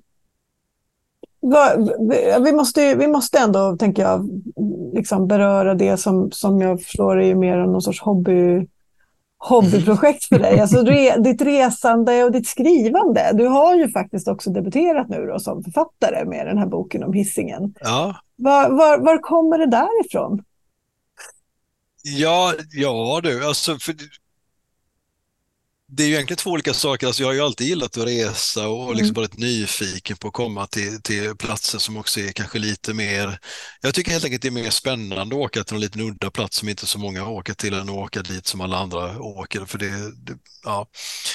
Vi måste, vi måste ändå, tänker jag, liksom beröra det som, som jag förstår är mer än någon sorts hobby, hobbyprojekt för dig. Alltså re, ditt resande och ditt skrivande. Du har ju faktiskt också debuterat nu då, som författare med den här boken om Hisingen. Ja. Var, var, var kommer det där ifrån? Ja, ja du, alltså för det är ju egentligen två olika saker. Alltså jag har ju alltid gillat att resa och liksom mm. varit nyfiken på att komma till, till platser som också är kanske lite mer... Jag tycker helt enkelt det är mer spännande att åka till en liten udda plats som inte så många åker till än att åka dit som alla andra åker. För det, det ja.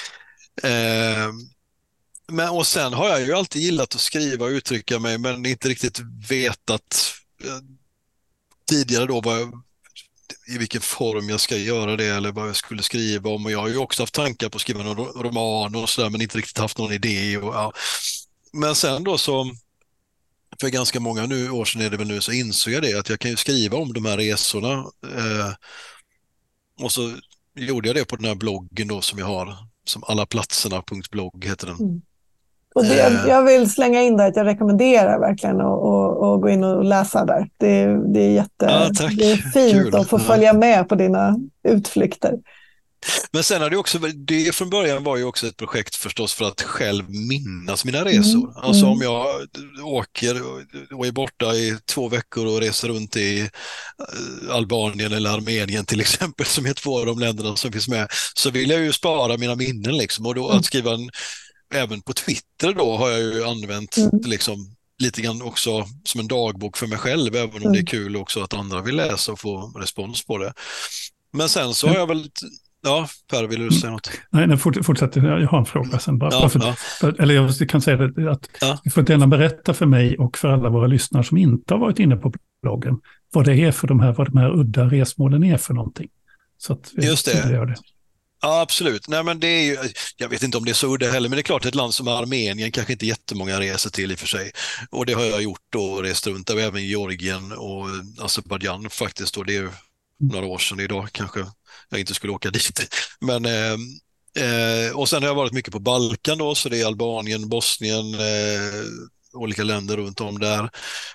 Eh, men, och sen har jag ju alltid gillat att skriva och uttrycka mig men inte riktigt vetat eh, tidigare då vad jag i vilken form jag ska göra det eller vad jag skulle skriva om. Och jag har ju också haft tankar på att skriva någon roman och sådär men inte riktigt haft någon idé. Och, ja. Men sen då så, för ganska många nu, år sedan är det väl nu, så insåg jag det att jag kan ju skriva om de här resorna. Eh, och så gjorde jag det på den här bloggen då som jag har, som allaplatserna punkt blogg heter den. Mm. Och det, jag vill slänga in där att jag rekommenderar verkligen att, att, att gå in och läsa där. Det, det, är, jätte, ja, det är fint Kul. Att få följa ja. med på dina utflykter. Men sen har det också, det från början var ju också ett projekt förstås för att själv minnas mina resor. Mm. Alltså om jag åker och är borta i två veckor och reser runt i Albanien eller Armenien till exempel, som är två av de länderna som finns med, så vill jag ju spara mina minnen liksom. Och då att skriva en även på Twitter då har jag ju använt mm. liksom, lite grann också som en dagbok för mig själv, även om mm. det är kul också att andra vill läsa och få respons på det. Men sen så har jag väl... Ja, Per, vill du säga något? Nej, nej fort, fortsätt. Jag har en fråga sen. Bara, ja, bara för, ja. för, eller jag kan säga det, att ja. du får gärna berätta för mig och för alla våra lyssnare som inte har varit inne på bloggen vad det är för de här, vad de här udda resmålen är för någonting. Så att vi Just det. Gör det. Ja, absolut. Nej, men det är ju, jag vet inte om det är så udda heller, men det är klart ett land som Armenien kanske inte jättemånga reser till i och för sig. Och det har jag gjort då, rest runt där, och även Georgien och Azerbaijan faktiskt. Och det är några år sedan idag kanske jag inte skulle åka dit. Men, eh, eh, och sen har jag varit mycket på Balkan då, så det är Albanien, Bosnien, eh, olika länder runt om där.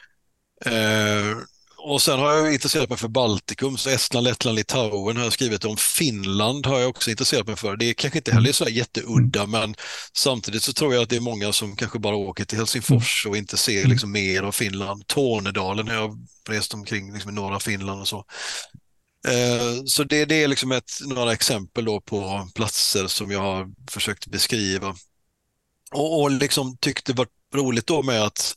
Eh, Och sen har jag intresserat mig för Baltikum, så Estland, Lettland, Litauen har jag skrivit om. Finland har jag också intresserat mig för. Det är kanske inte heller så här jätteudda, men samtidigt så tror jag att det är många som kanske bara åker till Helsingfors och inte ser liksom mer av Finland. Tornedalen har jag rest omkring liksom i norra Finland och så. Eh, så det, det är liksom ett, några exempel då på platser som jag har försökt beskriva. Och, och liksom tyckte det var roligt då med att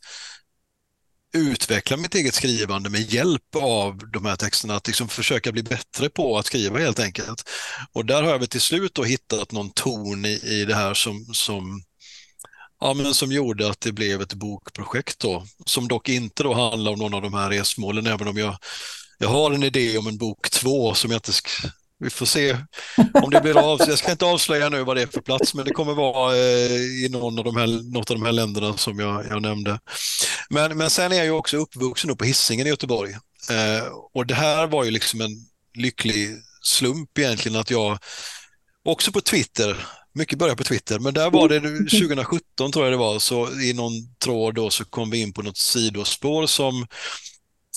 utveckla mitt eget skrivande med hjälp av de här texterna, att liksom försöka bli bättre på att skriva helt enkelt. Och där har jag väl till slut då hittat någon ton i, i det här som, som, ja, men som gjorde att det blev ett bokprojekt då, som dock inte då handlar om någon av de här resmålen, även om jag, jag har en idé om en bok två som jag inte ska... Vi får se om det blir av. Jag ska inte avslöja nu vad det är för plats, men det kommer vara eh, i någon av de här, något av de här länderna som jag, jag nämnde. Men, men sen är jag ju också uppvuxen på Hisingen i Göteborg. Eh, och det här var ju liksom en lycklig slump egentligen, att jag också på Twitter, mycket började på Twitter, men där var det tjugo sjutton tror jag det var, så i någon tråd då så kom vi in på något sidospår som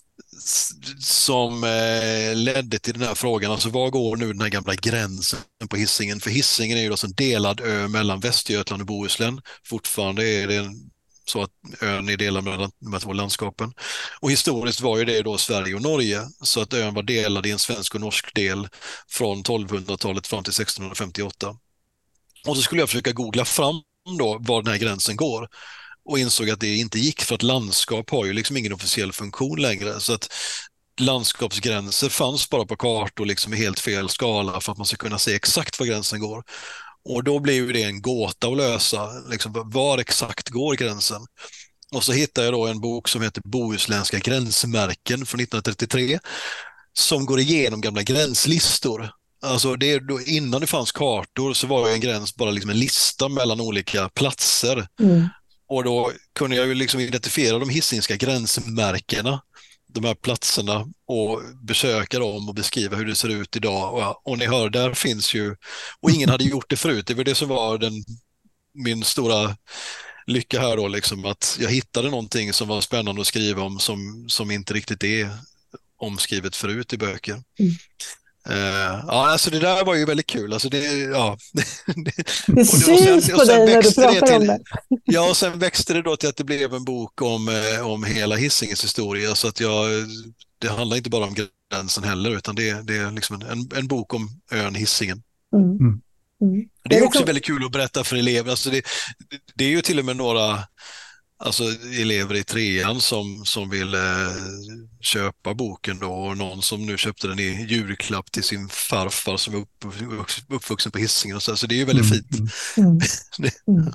som eh, ledde till den här frågan, alltså var går nu den här gamla gränsen på Hisingen? För Hisingen är ju då en delad ö mellan Västergötland och Bohuslän. Fortfarande är det en, så att ön är delad mellan de här två landskapen. Och historiskt var ju det då Sverige och Norge, så att ön var delad i en svensk och norsk del från tolvhundratalet fram till sextonhundrafemtioåtta. Och så skulle jag försöka googla fram då var den här gränsen går. Och insåg att det inte gick, för att landskap har ju liksom ingen officiell funktion längre. Så att landskapsgränser fanns bara på kartor liksom i helt fel skala för att man ska kunna se exakt var gränsen går. Och då blev det en gåta att lösa, liksom, var exakt går gränsen? Och så hittade jag då en bok som heter Bohuslänska gränsmärken från nittonhundratrettiotre som går igenom gamla gränslistor. Alltså det, då, innan det fanns kartor så var ju en gräns bara liksom en lista mellan olika platser. Mm. Och då kunde jag ju liksom identifiera de hisingska gränsmärkena, de här platserna, och besöka dem och beskriva hur det ser ut idag. Och, och ni hör, där finns ju, och ingen hade gjort det förut. Det var det som var den, min stora lycka här då, liksom, att jag hittade någonting som var spännande att skriva om som, som inte riktigt är omskrivet förut i böcker. Mm. Uh, ja, alltså det där var ju väldigt kul. Alltså det, ja. det syns på dig när du pratar till, om det. Ja, och sen växte det då till att det blev en bok om, eh, om hela Hisingens historia. Så att jag, det handlar inte bara om gränsen heller, utan det, det är liksom en, en bok om ön Hisingen. Mm. Mm. Det är också väldigt kul att berätta för elever. Alltså det, det är ju till och med några alltså elever i trean som, som vill eh, köpa boken då, och någon som nu köpte den i julklapp till sin farfar som är upp, uppvuxen på Hisingen och så, så det är ju väldigt fint. Mm. Mm.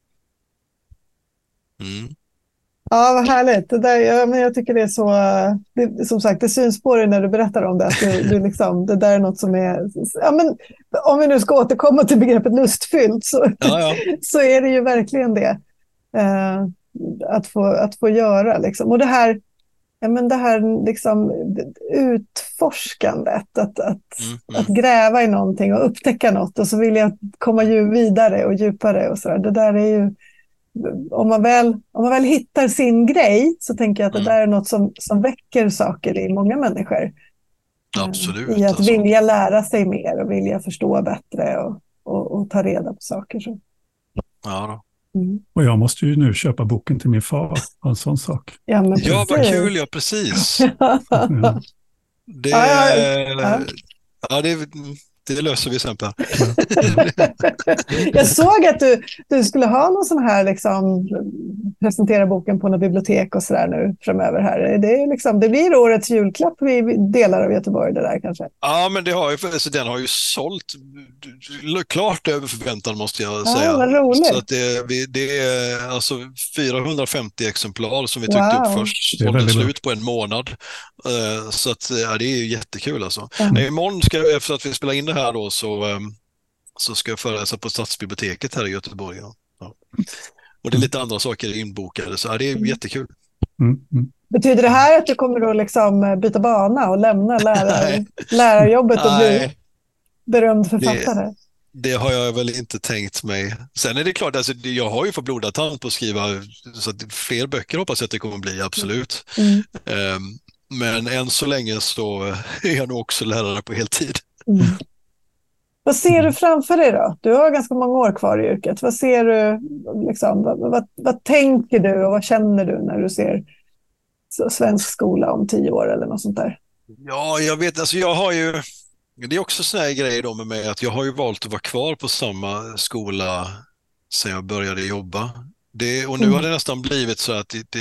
Mm. Ja, vad härligt. Det där, ja, men jag tycker det är så, det, som sagt, det syns på dig när du berättar om det, att det, det, liksom, det där är något som är, ja, men om vi nu ska återkomma till begreppet lustfyllt så, ja, ja. så är det ju verkligen det. Uh, att, få, att få göra liksom. Och det här, ja, men det här liksom, utforskandet, att, att, mm, mm. att gräva i någonting och upptäcka något, och så vill jag komma ju vidare och djupare och så där. Det där är ju, om man väl, om man väl hittar sin grej, så tänker jag att det mm. där är något som, som väcker saker i många människor. Absolut. I att alltså. vilja lära sig mer och vilja förstå bättre och, och, och ta reda på saker. Så. Ja då. Mm. Och jag måste ju nu köpa boken till min far, en sån sak. Ja, men ja vad kul, ja precis. Ja. Det, ja, ja, ja. Ja, det, det löser vi sen på. Jag såg att du, du skulle ha någon sån här, liksom, presentera boken på något bibliotek och sådär nu framöver här. Det, är liksom, det blir årets julklapp i delar av Göteborg, det där kanske. Ja, men det har ju, alltså, den har ju sålt klart över förväntan, måste jag ja, säga. Vad roligt. Så att det, det är alltså fyrahundrafemtio exemplar som vi tryckte wow. upp först. Och den slut på en månad. Så att, ja, det är ju jättekul alltså. Mm. Nej, imorgon ska, efter att vi spelar in det här då, så, så ska jag föreläsa på Stadsbiblioteket här i Göteborg. Ja. Ja. Och det är lite andra saker inbokade, så ja, det är mm. jättekul. Mm. Mm. Betyder det här att du kommer att liksom byta bana och lämna lärar, lärarjobbet och bli berömd författare? Det, det har jag väl inte tänkt mig. Sen är det klart, alltså, jag har ju fått blodad tand på att skriva, så att fler böcker hoppas jag att det kommer att bli, absolut. Mm. Um, men än så länge så är jag nog också lärare på heltid. Mm. Vad ser du framför dig då? Du har ganska många år kvar i yrket. Vad ser du, liksom, vad, vad, vad tänker du och vad känner du när du ser svensk skola om tio år eller något sånt där? Ja, jag vet, alltså jag har ju, det är också sån här grej då med mig, att jag har ju valt att vara kvar på samma skola sedan jag började jobba. Det, och nu mm. har det nästan blivit så att det, det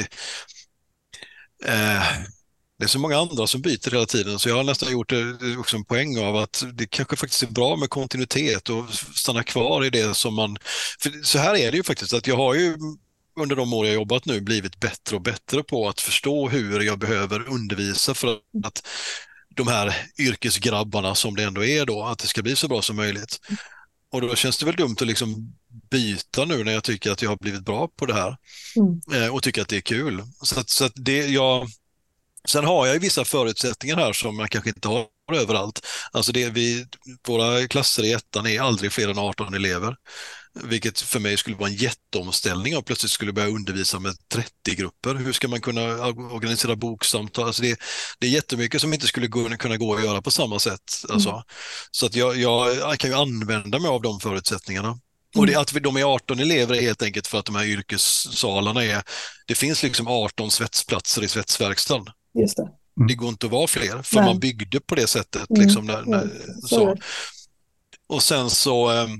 eh, det är så många andra som byter hela tiden, så jag har nästan gjort det också en poäng av att det kanske faktiskt är bra med kontinuitet och stanna kvar i det som man... För så här är det ju faktiskt, att jag har ju under de år jag jobbat nu blivit bättre och bättre på att förstå hur jag behöver undervisa för att de här yrkesgrabbarna som det ändå är då, att det ska bli så bra som möjligt. Och då känns det väl dumt att liksom byta nu när jag tycker att jag har blivit bra på det här mm. och tycker att det är kul. Så att, så att det jag... Sen har jag ju vissa förutsättningar här som man kanske inte har överallt. Alltså det vi, våra klasser i ettan är aldrig fler än arton elever. vilket för mig skulle vara en jätteomställning och plötsligt skulle börja undervisa med trettio grupper. Hur ska man kunna organisera boksamtal? Alltså det, det är jättemycket som inte skulle kunna gå att göra på samma sätt. Alltså. Mm. Så att jag, jag kan ju använda mig av de förutsättningarna. Mm. Och det, att vi, de är arton elever är helt enkelt för att de här yrkessalarna är, det finns liksom arton svetsplatser i svetsverkstan. Just det. Mm. Det går inte att vara fler, för Nej. man byggde på det sättet. Mm. Liksom, när, när, mm. så. Och sen så... Um,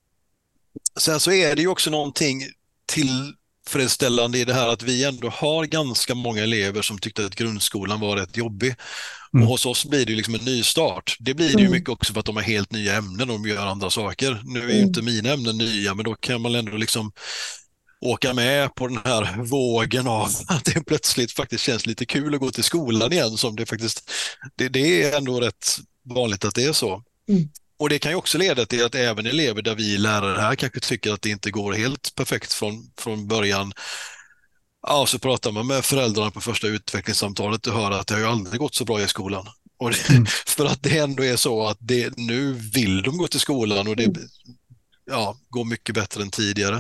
Sen så är det ju också någonting tillfredsställande i det här att vi ändå har ganska många elever som tyckte att grundskolan var rätt jobbig. Mm. Och hos oss blir det liksom en ny start. Det blir det ju mycket också för att de har helt nya ämnen och de gör andra saker. Nu är ju mm. inte mina ämnen nya, men då kan man ändå liksom åka med på den här vågen av att det plötsligt faktiskt känns lite kul att gå till skolan igen. Som det, faktiskt, det, det är ändå rätt vanligt att det är så. Mm. Och det kan ju också leda till att även elever där vi lärare här kanske tycker att det inte går helt perfekt från, från början. Ja, så pratar man med föräldrarna på första utvecklingssamtalet och hör att det har ju aldrig gått så bra i skolan. Och det, mm. För att det ändå är så att det, nu vill de gå till skolan och det ja, går mycket bättre än tidigare.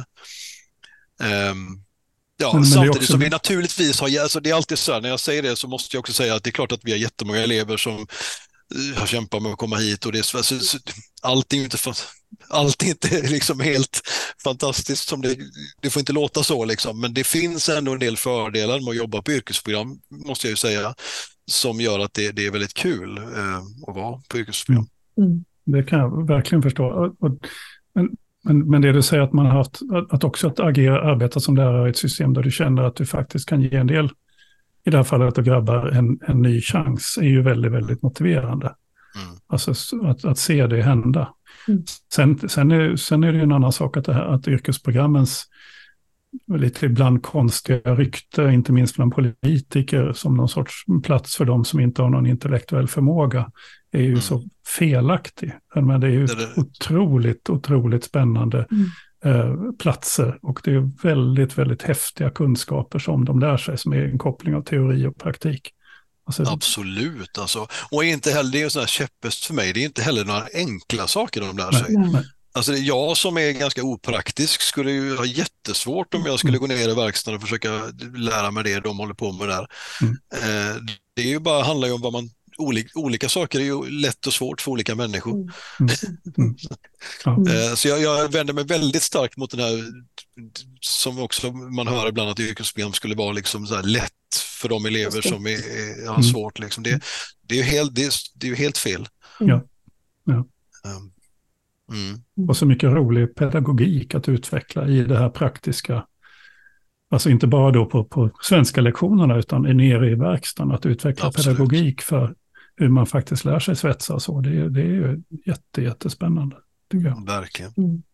Um, ja, men, samtidigt men också... som vi naturligtvis har, alltså det är alltid så här, när jag säger det så måste jag också säga att det är klart att vi har jättemånga elever som har kämpat med att komma hit och det är så, så, så, allt är inte, allt är inte liksom helt fantastiskt som det, det får inte låta så liksom, men det finns ändå en del fördelar med att jobba på yrkesprogram, måste jag ju säga, som gör att det, det är väldigt kul eh, att vara på yrkesprogram. Mm. Det kan jag verkligen förstå. Och, och, men, men, men det du säger att man har haft, att, att också att agera, arbeta som lärare i ett system där du känner att du faktiskt kan ge en del, i det här fallet att grabbar en, en ny chans, är ju väldigt, väldigt motiverande. Mm. Alltså att, att se det hända. Mm. Sen, sen, är, sen är det ju en annan sak att, det här, att yrkesprogrammens lite ibland konstiga rykte, inte minst bland politiker, som någon sorts plats för dem som inte har någon intellektuell förmåga, är ju mm. så felaktig. Men det är ju det det. otroligt, otroligt spännande mm. eh, platser, och det är väldigt, väldigt häftiga kunskaper som de lär sig, som är en koppling av teori och praktik. Alltså, absolut, alltså. Och inte heller, det är en sån här käpphäst för mig, det är inte heller några enkla saker de lär sig. Nej, nej. Alltså jag som är ganska opraktisk skulle ju ha jättesvårt om jag skulle gå ner i verkstaden och försöka lära mig det de håller på med där. Mm. Eh, det är ju bara, handlar ju om vad man, olika, olika saker är ju lätt och svårt för olika människor. Mm. Mm. Ja. eh, så jag, jag vänder mig väldigt starkt mot den här, som också man hör ibland att yrkesprogram skulle vara liksom så här lätt för de elever som är, är, har svårt. Liksom. Det, det, är ju helt, det, är, det är ju helt fel. Ja. Ja. Um, Mm. Och så mycket rolig pedagogik att utveckla i det här praktiska. Alltså inte bara då på, på svenska lektionerna, utan nere i verkstaden, att utveckla Absolut. pedagogik för hur man faktiskt lär sig svetsa och så. Det, det är ju jätte, jättespännande, tycker jag. Verkligen. Mm.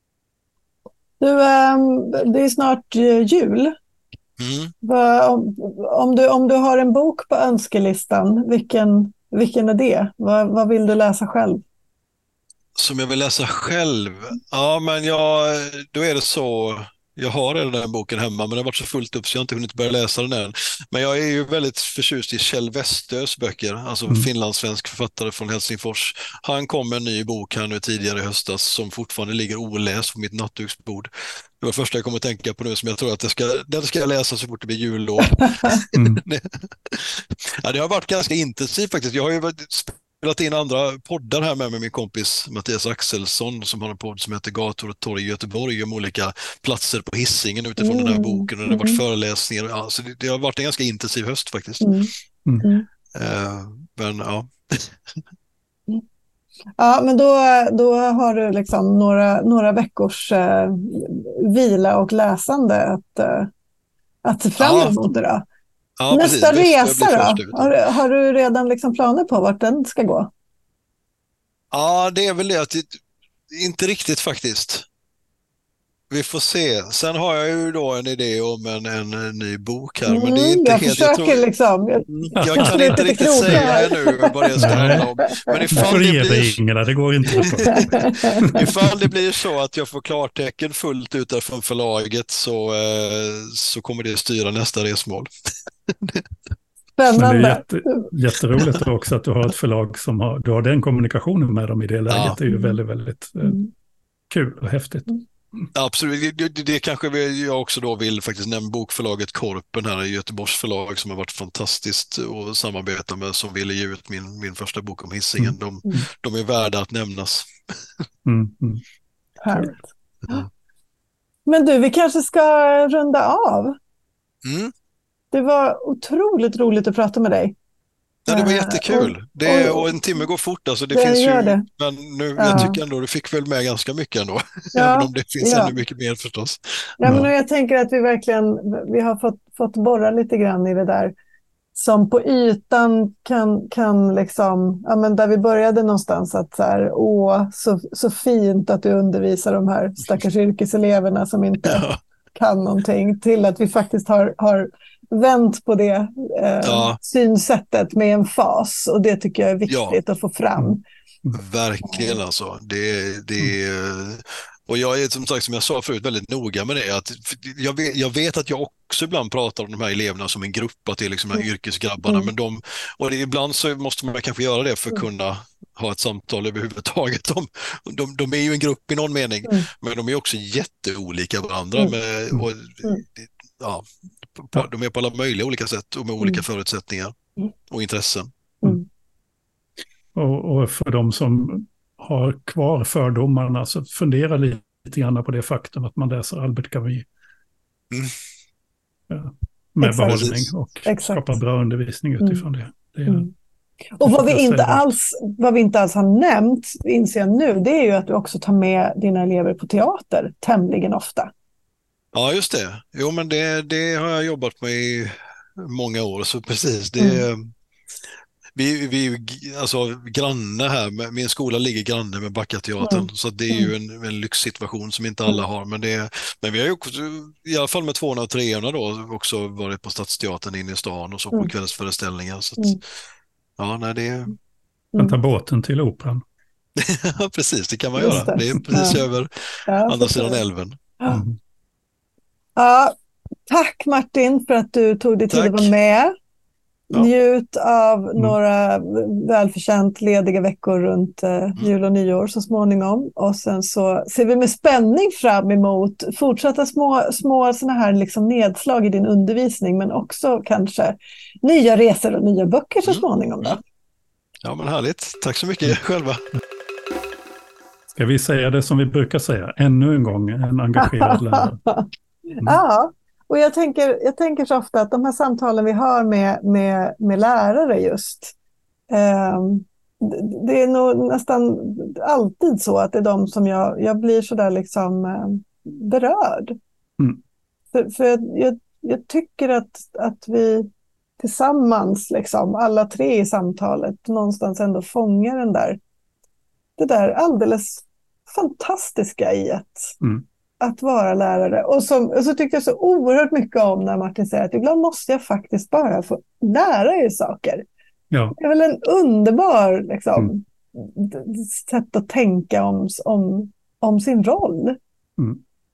Du, ähm, det är snart äh, jul. Mm. Va, om, om, du, om du har en bok på önskelistan, vilken, vilken är det? Va, vad vill du läsa själv? Som jag vill läsa själv? Ja, men jag, då är det så, jag har redan den boken hemma, men det har varit så fullt upp så jag har inte hunnit börja läsa den än. Men jag är ju väldigt förtjust i Kjell Westös böcker, alltså mm. finlandssvensk författare från Helsingfors. Han kom med en ny bok här nu tidigare i höstas som fortfarande ligger oläst på mitt nattduksbord. Det var det första jag kommer att tänka på nu, som jag tror att jag ska, den ska jag läsa så fort det blir jullov. Mm. Ja, det har varit ganska intensivt faktiskt. Jag har ju varit spelat in andra poddar här med, med min kompis Mattias Axelsson som har en podd som heter Gator och torg i Göteborg om olika platser på Hisingen utifrån mm. den här boken, och det har varit föreläsningar. Ja, så det, det har varit en ganska intensiv höst faktiskt. Mm. Mm. Uh, men ja. Ja, men då, då har du liksom några, några veckors uh, vila och läsande att, uh, att se fram emot det då. Ja, Nästa precis. resa då? Har, har du redan liksom planer på vart den ska gå? Ja, det är väl det. Att det, inte riktigt faktiskt. Vi får se. Sen har jag ju då en idé om en, en, en ny bok här. Mm, men det är inte jag helt, försöker jag tror, liksom. Jag, jag, jag kan inte riktigt kroka. säga nu vad det ska handla om. Men ifall det, blir, Ingela, det går inte. ifall det blir så att jag får klartecken fullt ut från förlaget så, så kommer det styra nästa resmål. Spännande. Men det är jätte, jätteroligt också att du har ett förlag som har, du har den kommunikationen med dem i det läget. Ja. Det är ju väldigt, väldigt mm. kul och häftigt. Absolut, det, det, det kanske vi, jag också då vill faktiskt nämna bokförlaget Korpen här i Göteborgs förlag som har varit fantastiskt att samarbeta med, som ville ge ut min, min första bok om Hisingen. De, mm. de är värda att nämnas. Mm. Mm. Härligt. Mm. Men du, vi kanske ska runda av. Mm. Det var otroligt roligt att prata med dig. Ja, det var jättekul. Och, det, och en timme går fort. Alltså det, det finns ju, det. Men nu, ja. jag tycker ändå du fick väl med ganska mycket ändå. Ja, även om det finns ja. ännu mycket mer förstås. Ja, men jag tänker att vi verkligen vi har fått, fått borra lite grann i det där som på ytan kan, kan liksom, ja, men där vi började någonstans att så här, åh, så, så fint att du undervisar de här stackars yrkeseleverna som inte ja. kan någonting, till att vi faktiskt har, har vänt på det eh, ja. synsättet med en fas, och det tycker jag är viktigt ja. att få fram. Verkligen alltså. Det, det, och jag är som sagt, som jag sa förut, väldigt noga med det. Att jag, vet, jag vet att jag också ibland pratar om de här eleverna som en grupp, att det är liksom de här mm. yrkesgrabbarna. Mm. Men de, och det, ibland så måste man kanske göra det för att mm. kunna ha ett samtal överhuvudtaget. De, de, de är ju en grupp i någon mening, mm. men de är också jätteolika varandra. Mm. Med, och, mm. ja, på, de är på alla möjliga olika sätt och med olika mm. förutsättningar och intressen. Mm. Och, och för de som har kvar fördomarna, så fundera lite grann på det faktum att man läser Albert Camus mm. ja, med Exakt. behållning och Exakt. skapar bra undervisning utifrån mm. det. det är, mm. Och vad vi, inte alls, vad vi inte alls har nämnt, inser jag nu, det är ju att du också tar med dina elever på teater tämligen ofta. Ja, just det. Jo, men det, det har jag jobbat med i många år, så precis. Det, mm. vi, vi alltså granne här, min skola ligger granne med Backateatern, mm. så det är ju en, en lyxsituation som inte alla har. Men, det, men vi har ju också, i alla fall med tvåorna och treorna då, också varit på Stadsteatern inne i stan och så på mm. kvällsföreställningar. Så att, mm. ja, nej, det är... Man tar båten till operan. Ja, precis, det kan man Just göra. Det. det är precis ja. över ja, andra sidan älven. Mm. Ja, tack Martin för att du tog dig tid att vara med. Ja. Njut av mm. några välförtjänt lediga veckor runt eh, mm. jul och nyår så småningom. Och sen så ser vi med spänning fram emot fortsatta små, små såna här liksom nedslag i din undervisning, men också kanske nya resor och nya böcker så småningom då. Ja, men härligt. Tack så mycket själva. Ska vi säga det som vi brukar säga? Ännu en gång en engagerad lärare. Mm. Ja, och jag tänker, jag tänker så ofta att de här samtalen vi har med, med, med lärare just, eh, det är nog nästan alltid så att det är de som jag, jag blir så där liksom eh, berörd. Mm. För, för jag, jag, jag tycker att, att vi tillsammans, liksom, alla tre i samtalet, någonstans ändå fångar den där, det där alldeles fantastiska i att mm. att vara lärare. Och, som, och så tyckte jag så oerhört mycket om när Martin säger att ibland måste jag faktiskt bara få lära er saker. Ja. Det är väl en underbar liksom, mm. sätt att tänka om, om, om sin roll. Mm.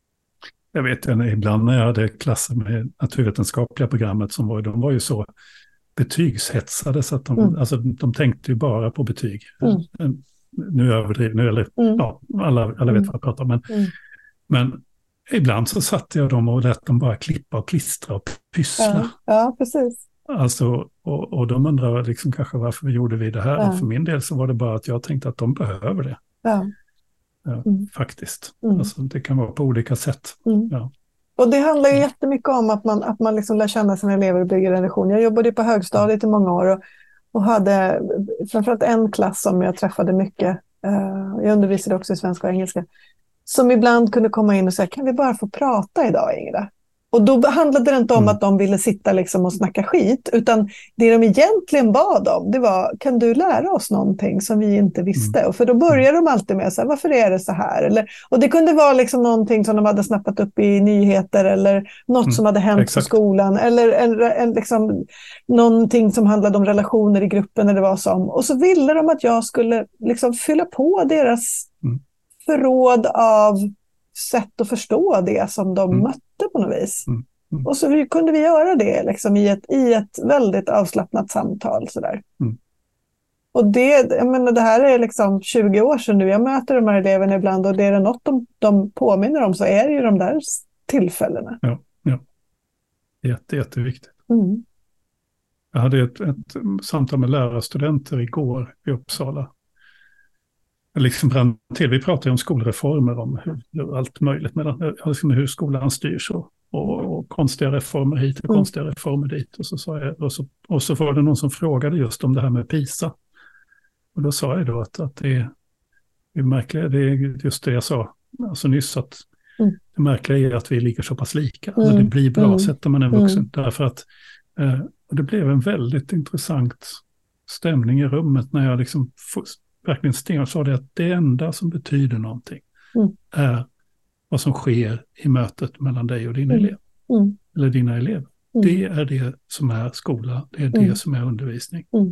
Jag vet ju ibland när jag hade klasser med naturvetenskapliga programmet som var, de var ju så betygshetsade så att de, mm. alltså, de tänkte ju bara på betyg. Mm. Nu överdriver nu, eller mm. ja, alla, alla vet vad jag pratar om, men mm. Men ibland så satte jag dem och lät dem bara klippa och klistra och pyssla. Ja, ja precis. Alltså, och, och de undrar liksom kanske varför gjorde vi det här. Ja. Och för min del så var det bara att jag tänkte att de behöver det. Ja. Ja, mm. Faktiskt. Mm. Alltså, det kan vara på olika sätt. Mm. Ja. Och det handlar ju jättemycket om att man, att man liksom lär känna sina elever och bygger en relation. Jag jobbade på högstadiet i många år och, och hade framförallt en klass som jag träffade mycket. Uh, jag undervisade också i svenska och engelska. Som ibland kunde komma in och säga, kan vi bara få prata idag, Ingela? Och då handlade det inte om mm. att de ville sitta liksom och snacka skit, utan det de egentligen bad om, det var, kan du lära oss någonting som vi inte visste? Mm. Och för då började de alltid med, så här, varför är det så här? Eller, och det kunde vara liksom någonting som de hade snappat upp i nyheter, eller något mm. som hade hänt Exakt. på skolan, eller en, en, liksom, någonting som handlade om relationer i gruppen, eller vad som. Och så ville de att jag skulle liksom fylla på deras mm. förråd av sätt att förstå det som de mm. mötte på något vis. Mm. Mm. Och så vi, kunde vi göra det liksom, i, ett, i ett väldigt avslappnat samtal. Sådär. Mm. Och det, jag menar, det här är liksom tjugo år sedan nu. Jag möter de här eleverna ibland och det är det något de, de påminner om så är det ju de där tillfällena. Ja, ja. Jätte, jätteviktigt. Mm. Jag hade ett, ett samtal med lärarstudenter igår i Uppsala. Liksom brann till. Vi pratade om skolreformer, om hur, allt möjligt, med, liksom hur skolan styrs och, och, och konstiga reformer hit och mm. konstiga reformer dit. Och så, sa jag, och, så, och så var det någon som frågade just om det här med PISA. Och då sa jag då att, att det, är, det är märkliga, det är just det jag sa alltså nyss, att mm. det märkliga är att vi ligger så pass lika. Mm. Alltså det blir bra, mm. sätter man en vuxen. Mm. Därför att eh, och det blev en väldigt intressant stämning i rummet när jag liksom verkligen stenhårt sa det att det enda som betyder någonting mm. är vad som sker i mötet mellan dig och din mm. elev. Mm. Eller dina elever. Mm. Det är det som är skola, det är det mm. som är undervisning. Mm.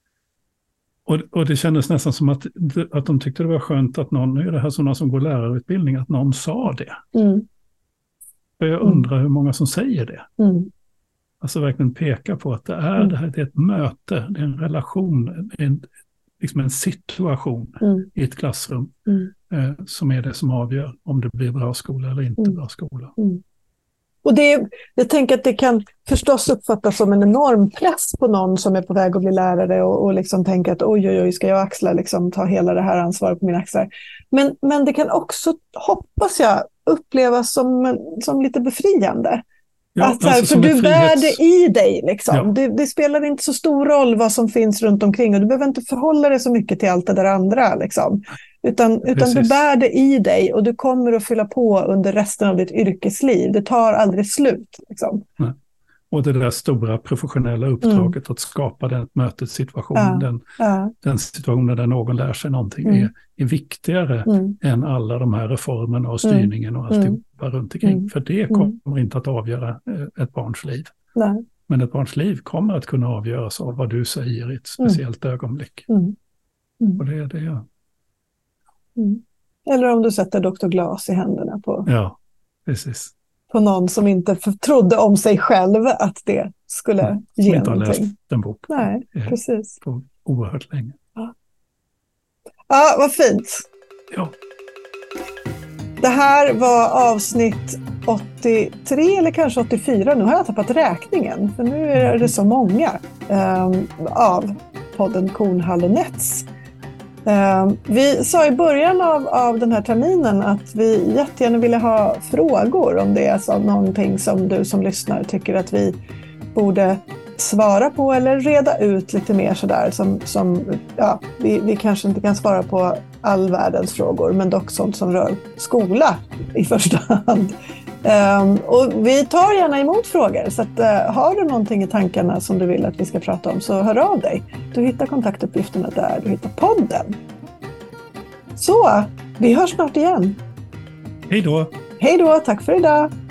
Och, och det kändes nästan som att, att de tyckte det var skönt att någon, nu är det här sådana som går lärarutbildning, att någon sa det. Mm. För jag undrar hur många som säger det. Mm. Alltså verkligen peka på att det är, mm. det här, det är ett möte, det är en relation, en, liksom en situation mm. i ett klassrum mm. eh, som är det som avgör om det blir bra skola eller inte mm. bra skola. Mm. Och det, jag tänker att det kan förstås uppfattas som en enorm press på någon som är på väg att bli lärare och, och liksom tänka att oj, oj, oj, ska jag axla, liksom, ta hela det här ansvaret på mina axlar. Men, men det kan också, hoppas jag, upplevas som, som lite befriande. Ja, att, här, alltså för du frihets... bär det i dig. Liksom. Ja. Det, det spelar inte så stor roll vad som finns runt omkring och du behöver inte förhålla dig så mycket till allt det där andra. Liksom. Utan, utan du bär det i dig och du kommer att fylla på under resten av ditt yrkesliv. Det tar aldrig slut. Liksom. Nej. Och det där stora professionella uppdraget mm. att skapa den mötessituationen, ja. Den, ja. den situationen där någon lär sig någonting mm. är, är viktigare mm. än alla de här reformerna och styrningen och alltihopa mm. runt omkring. Mm. För det kommer mm. inte att avgöra ett barns liv. Nej. Men ett barns liv kommer att kunna avgöras av vad du säger i ett speciellt mm. ögonblick. Mm. Mm. Och det är det. Ja. Mm. Eller om du sätter doktor Glas i händerna på... Ja, precis. På någon som inte trodde om sig själv att det skulle mm. ge som inte har någonting. Läst en bok. Nej, precis. På oerhört länge. Ja. Ja, vad fint. Ja. Det här var avsnitt åttiotre eller kanske åttiofyra. Nu har jag tappat räkningen. För nu är det så många um, av podden Kornhall och Nets. Uh, vi sa i början av, av den här terminen att vi jättegärna ville ha frågor om det är så någonting som du som lyssnar tycker att vi borde svara på eller reda ut lite mer sådär som, som ja, vi, vi kanske inte kan svara på all världens frågor men dock sånt som rör skola i första hand. Um, och vi tar gärna emot frågor så att, uh, har du någonting i tankarna som du vill att vi ska prata om så hör av dig. Du hittar kontaktuppgifterna där du hittar podden. Så, vi hörs snart igen. Hej då! Hej då, tack för idag!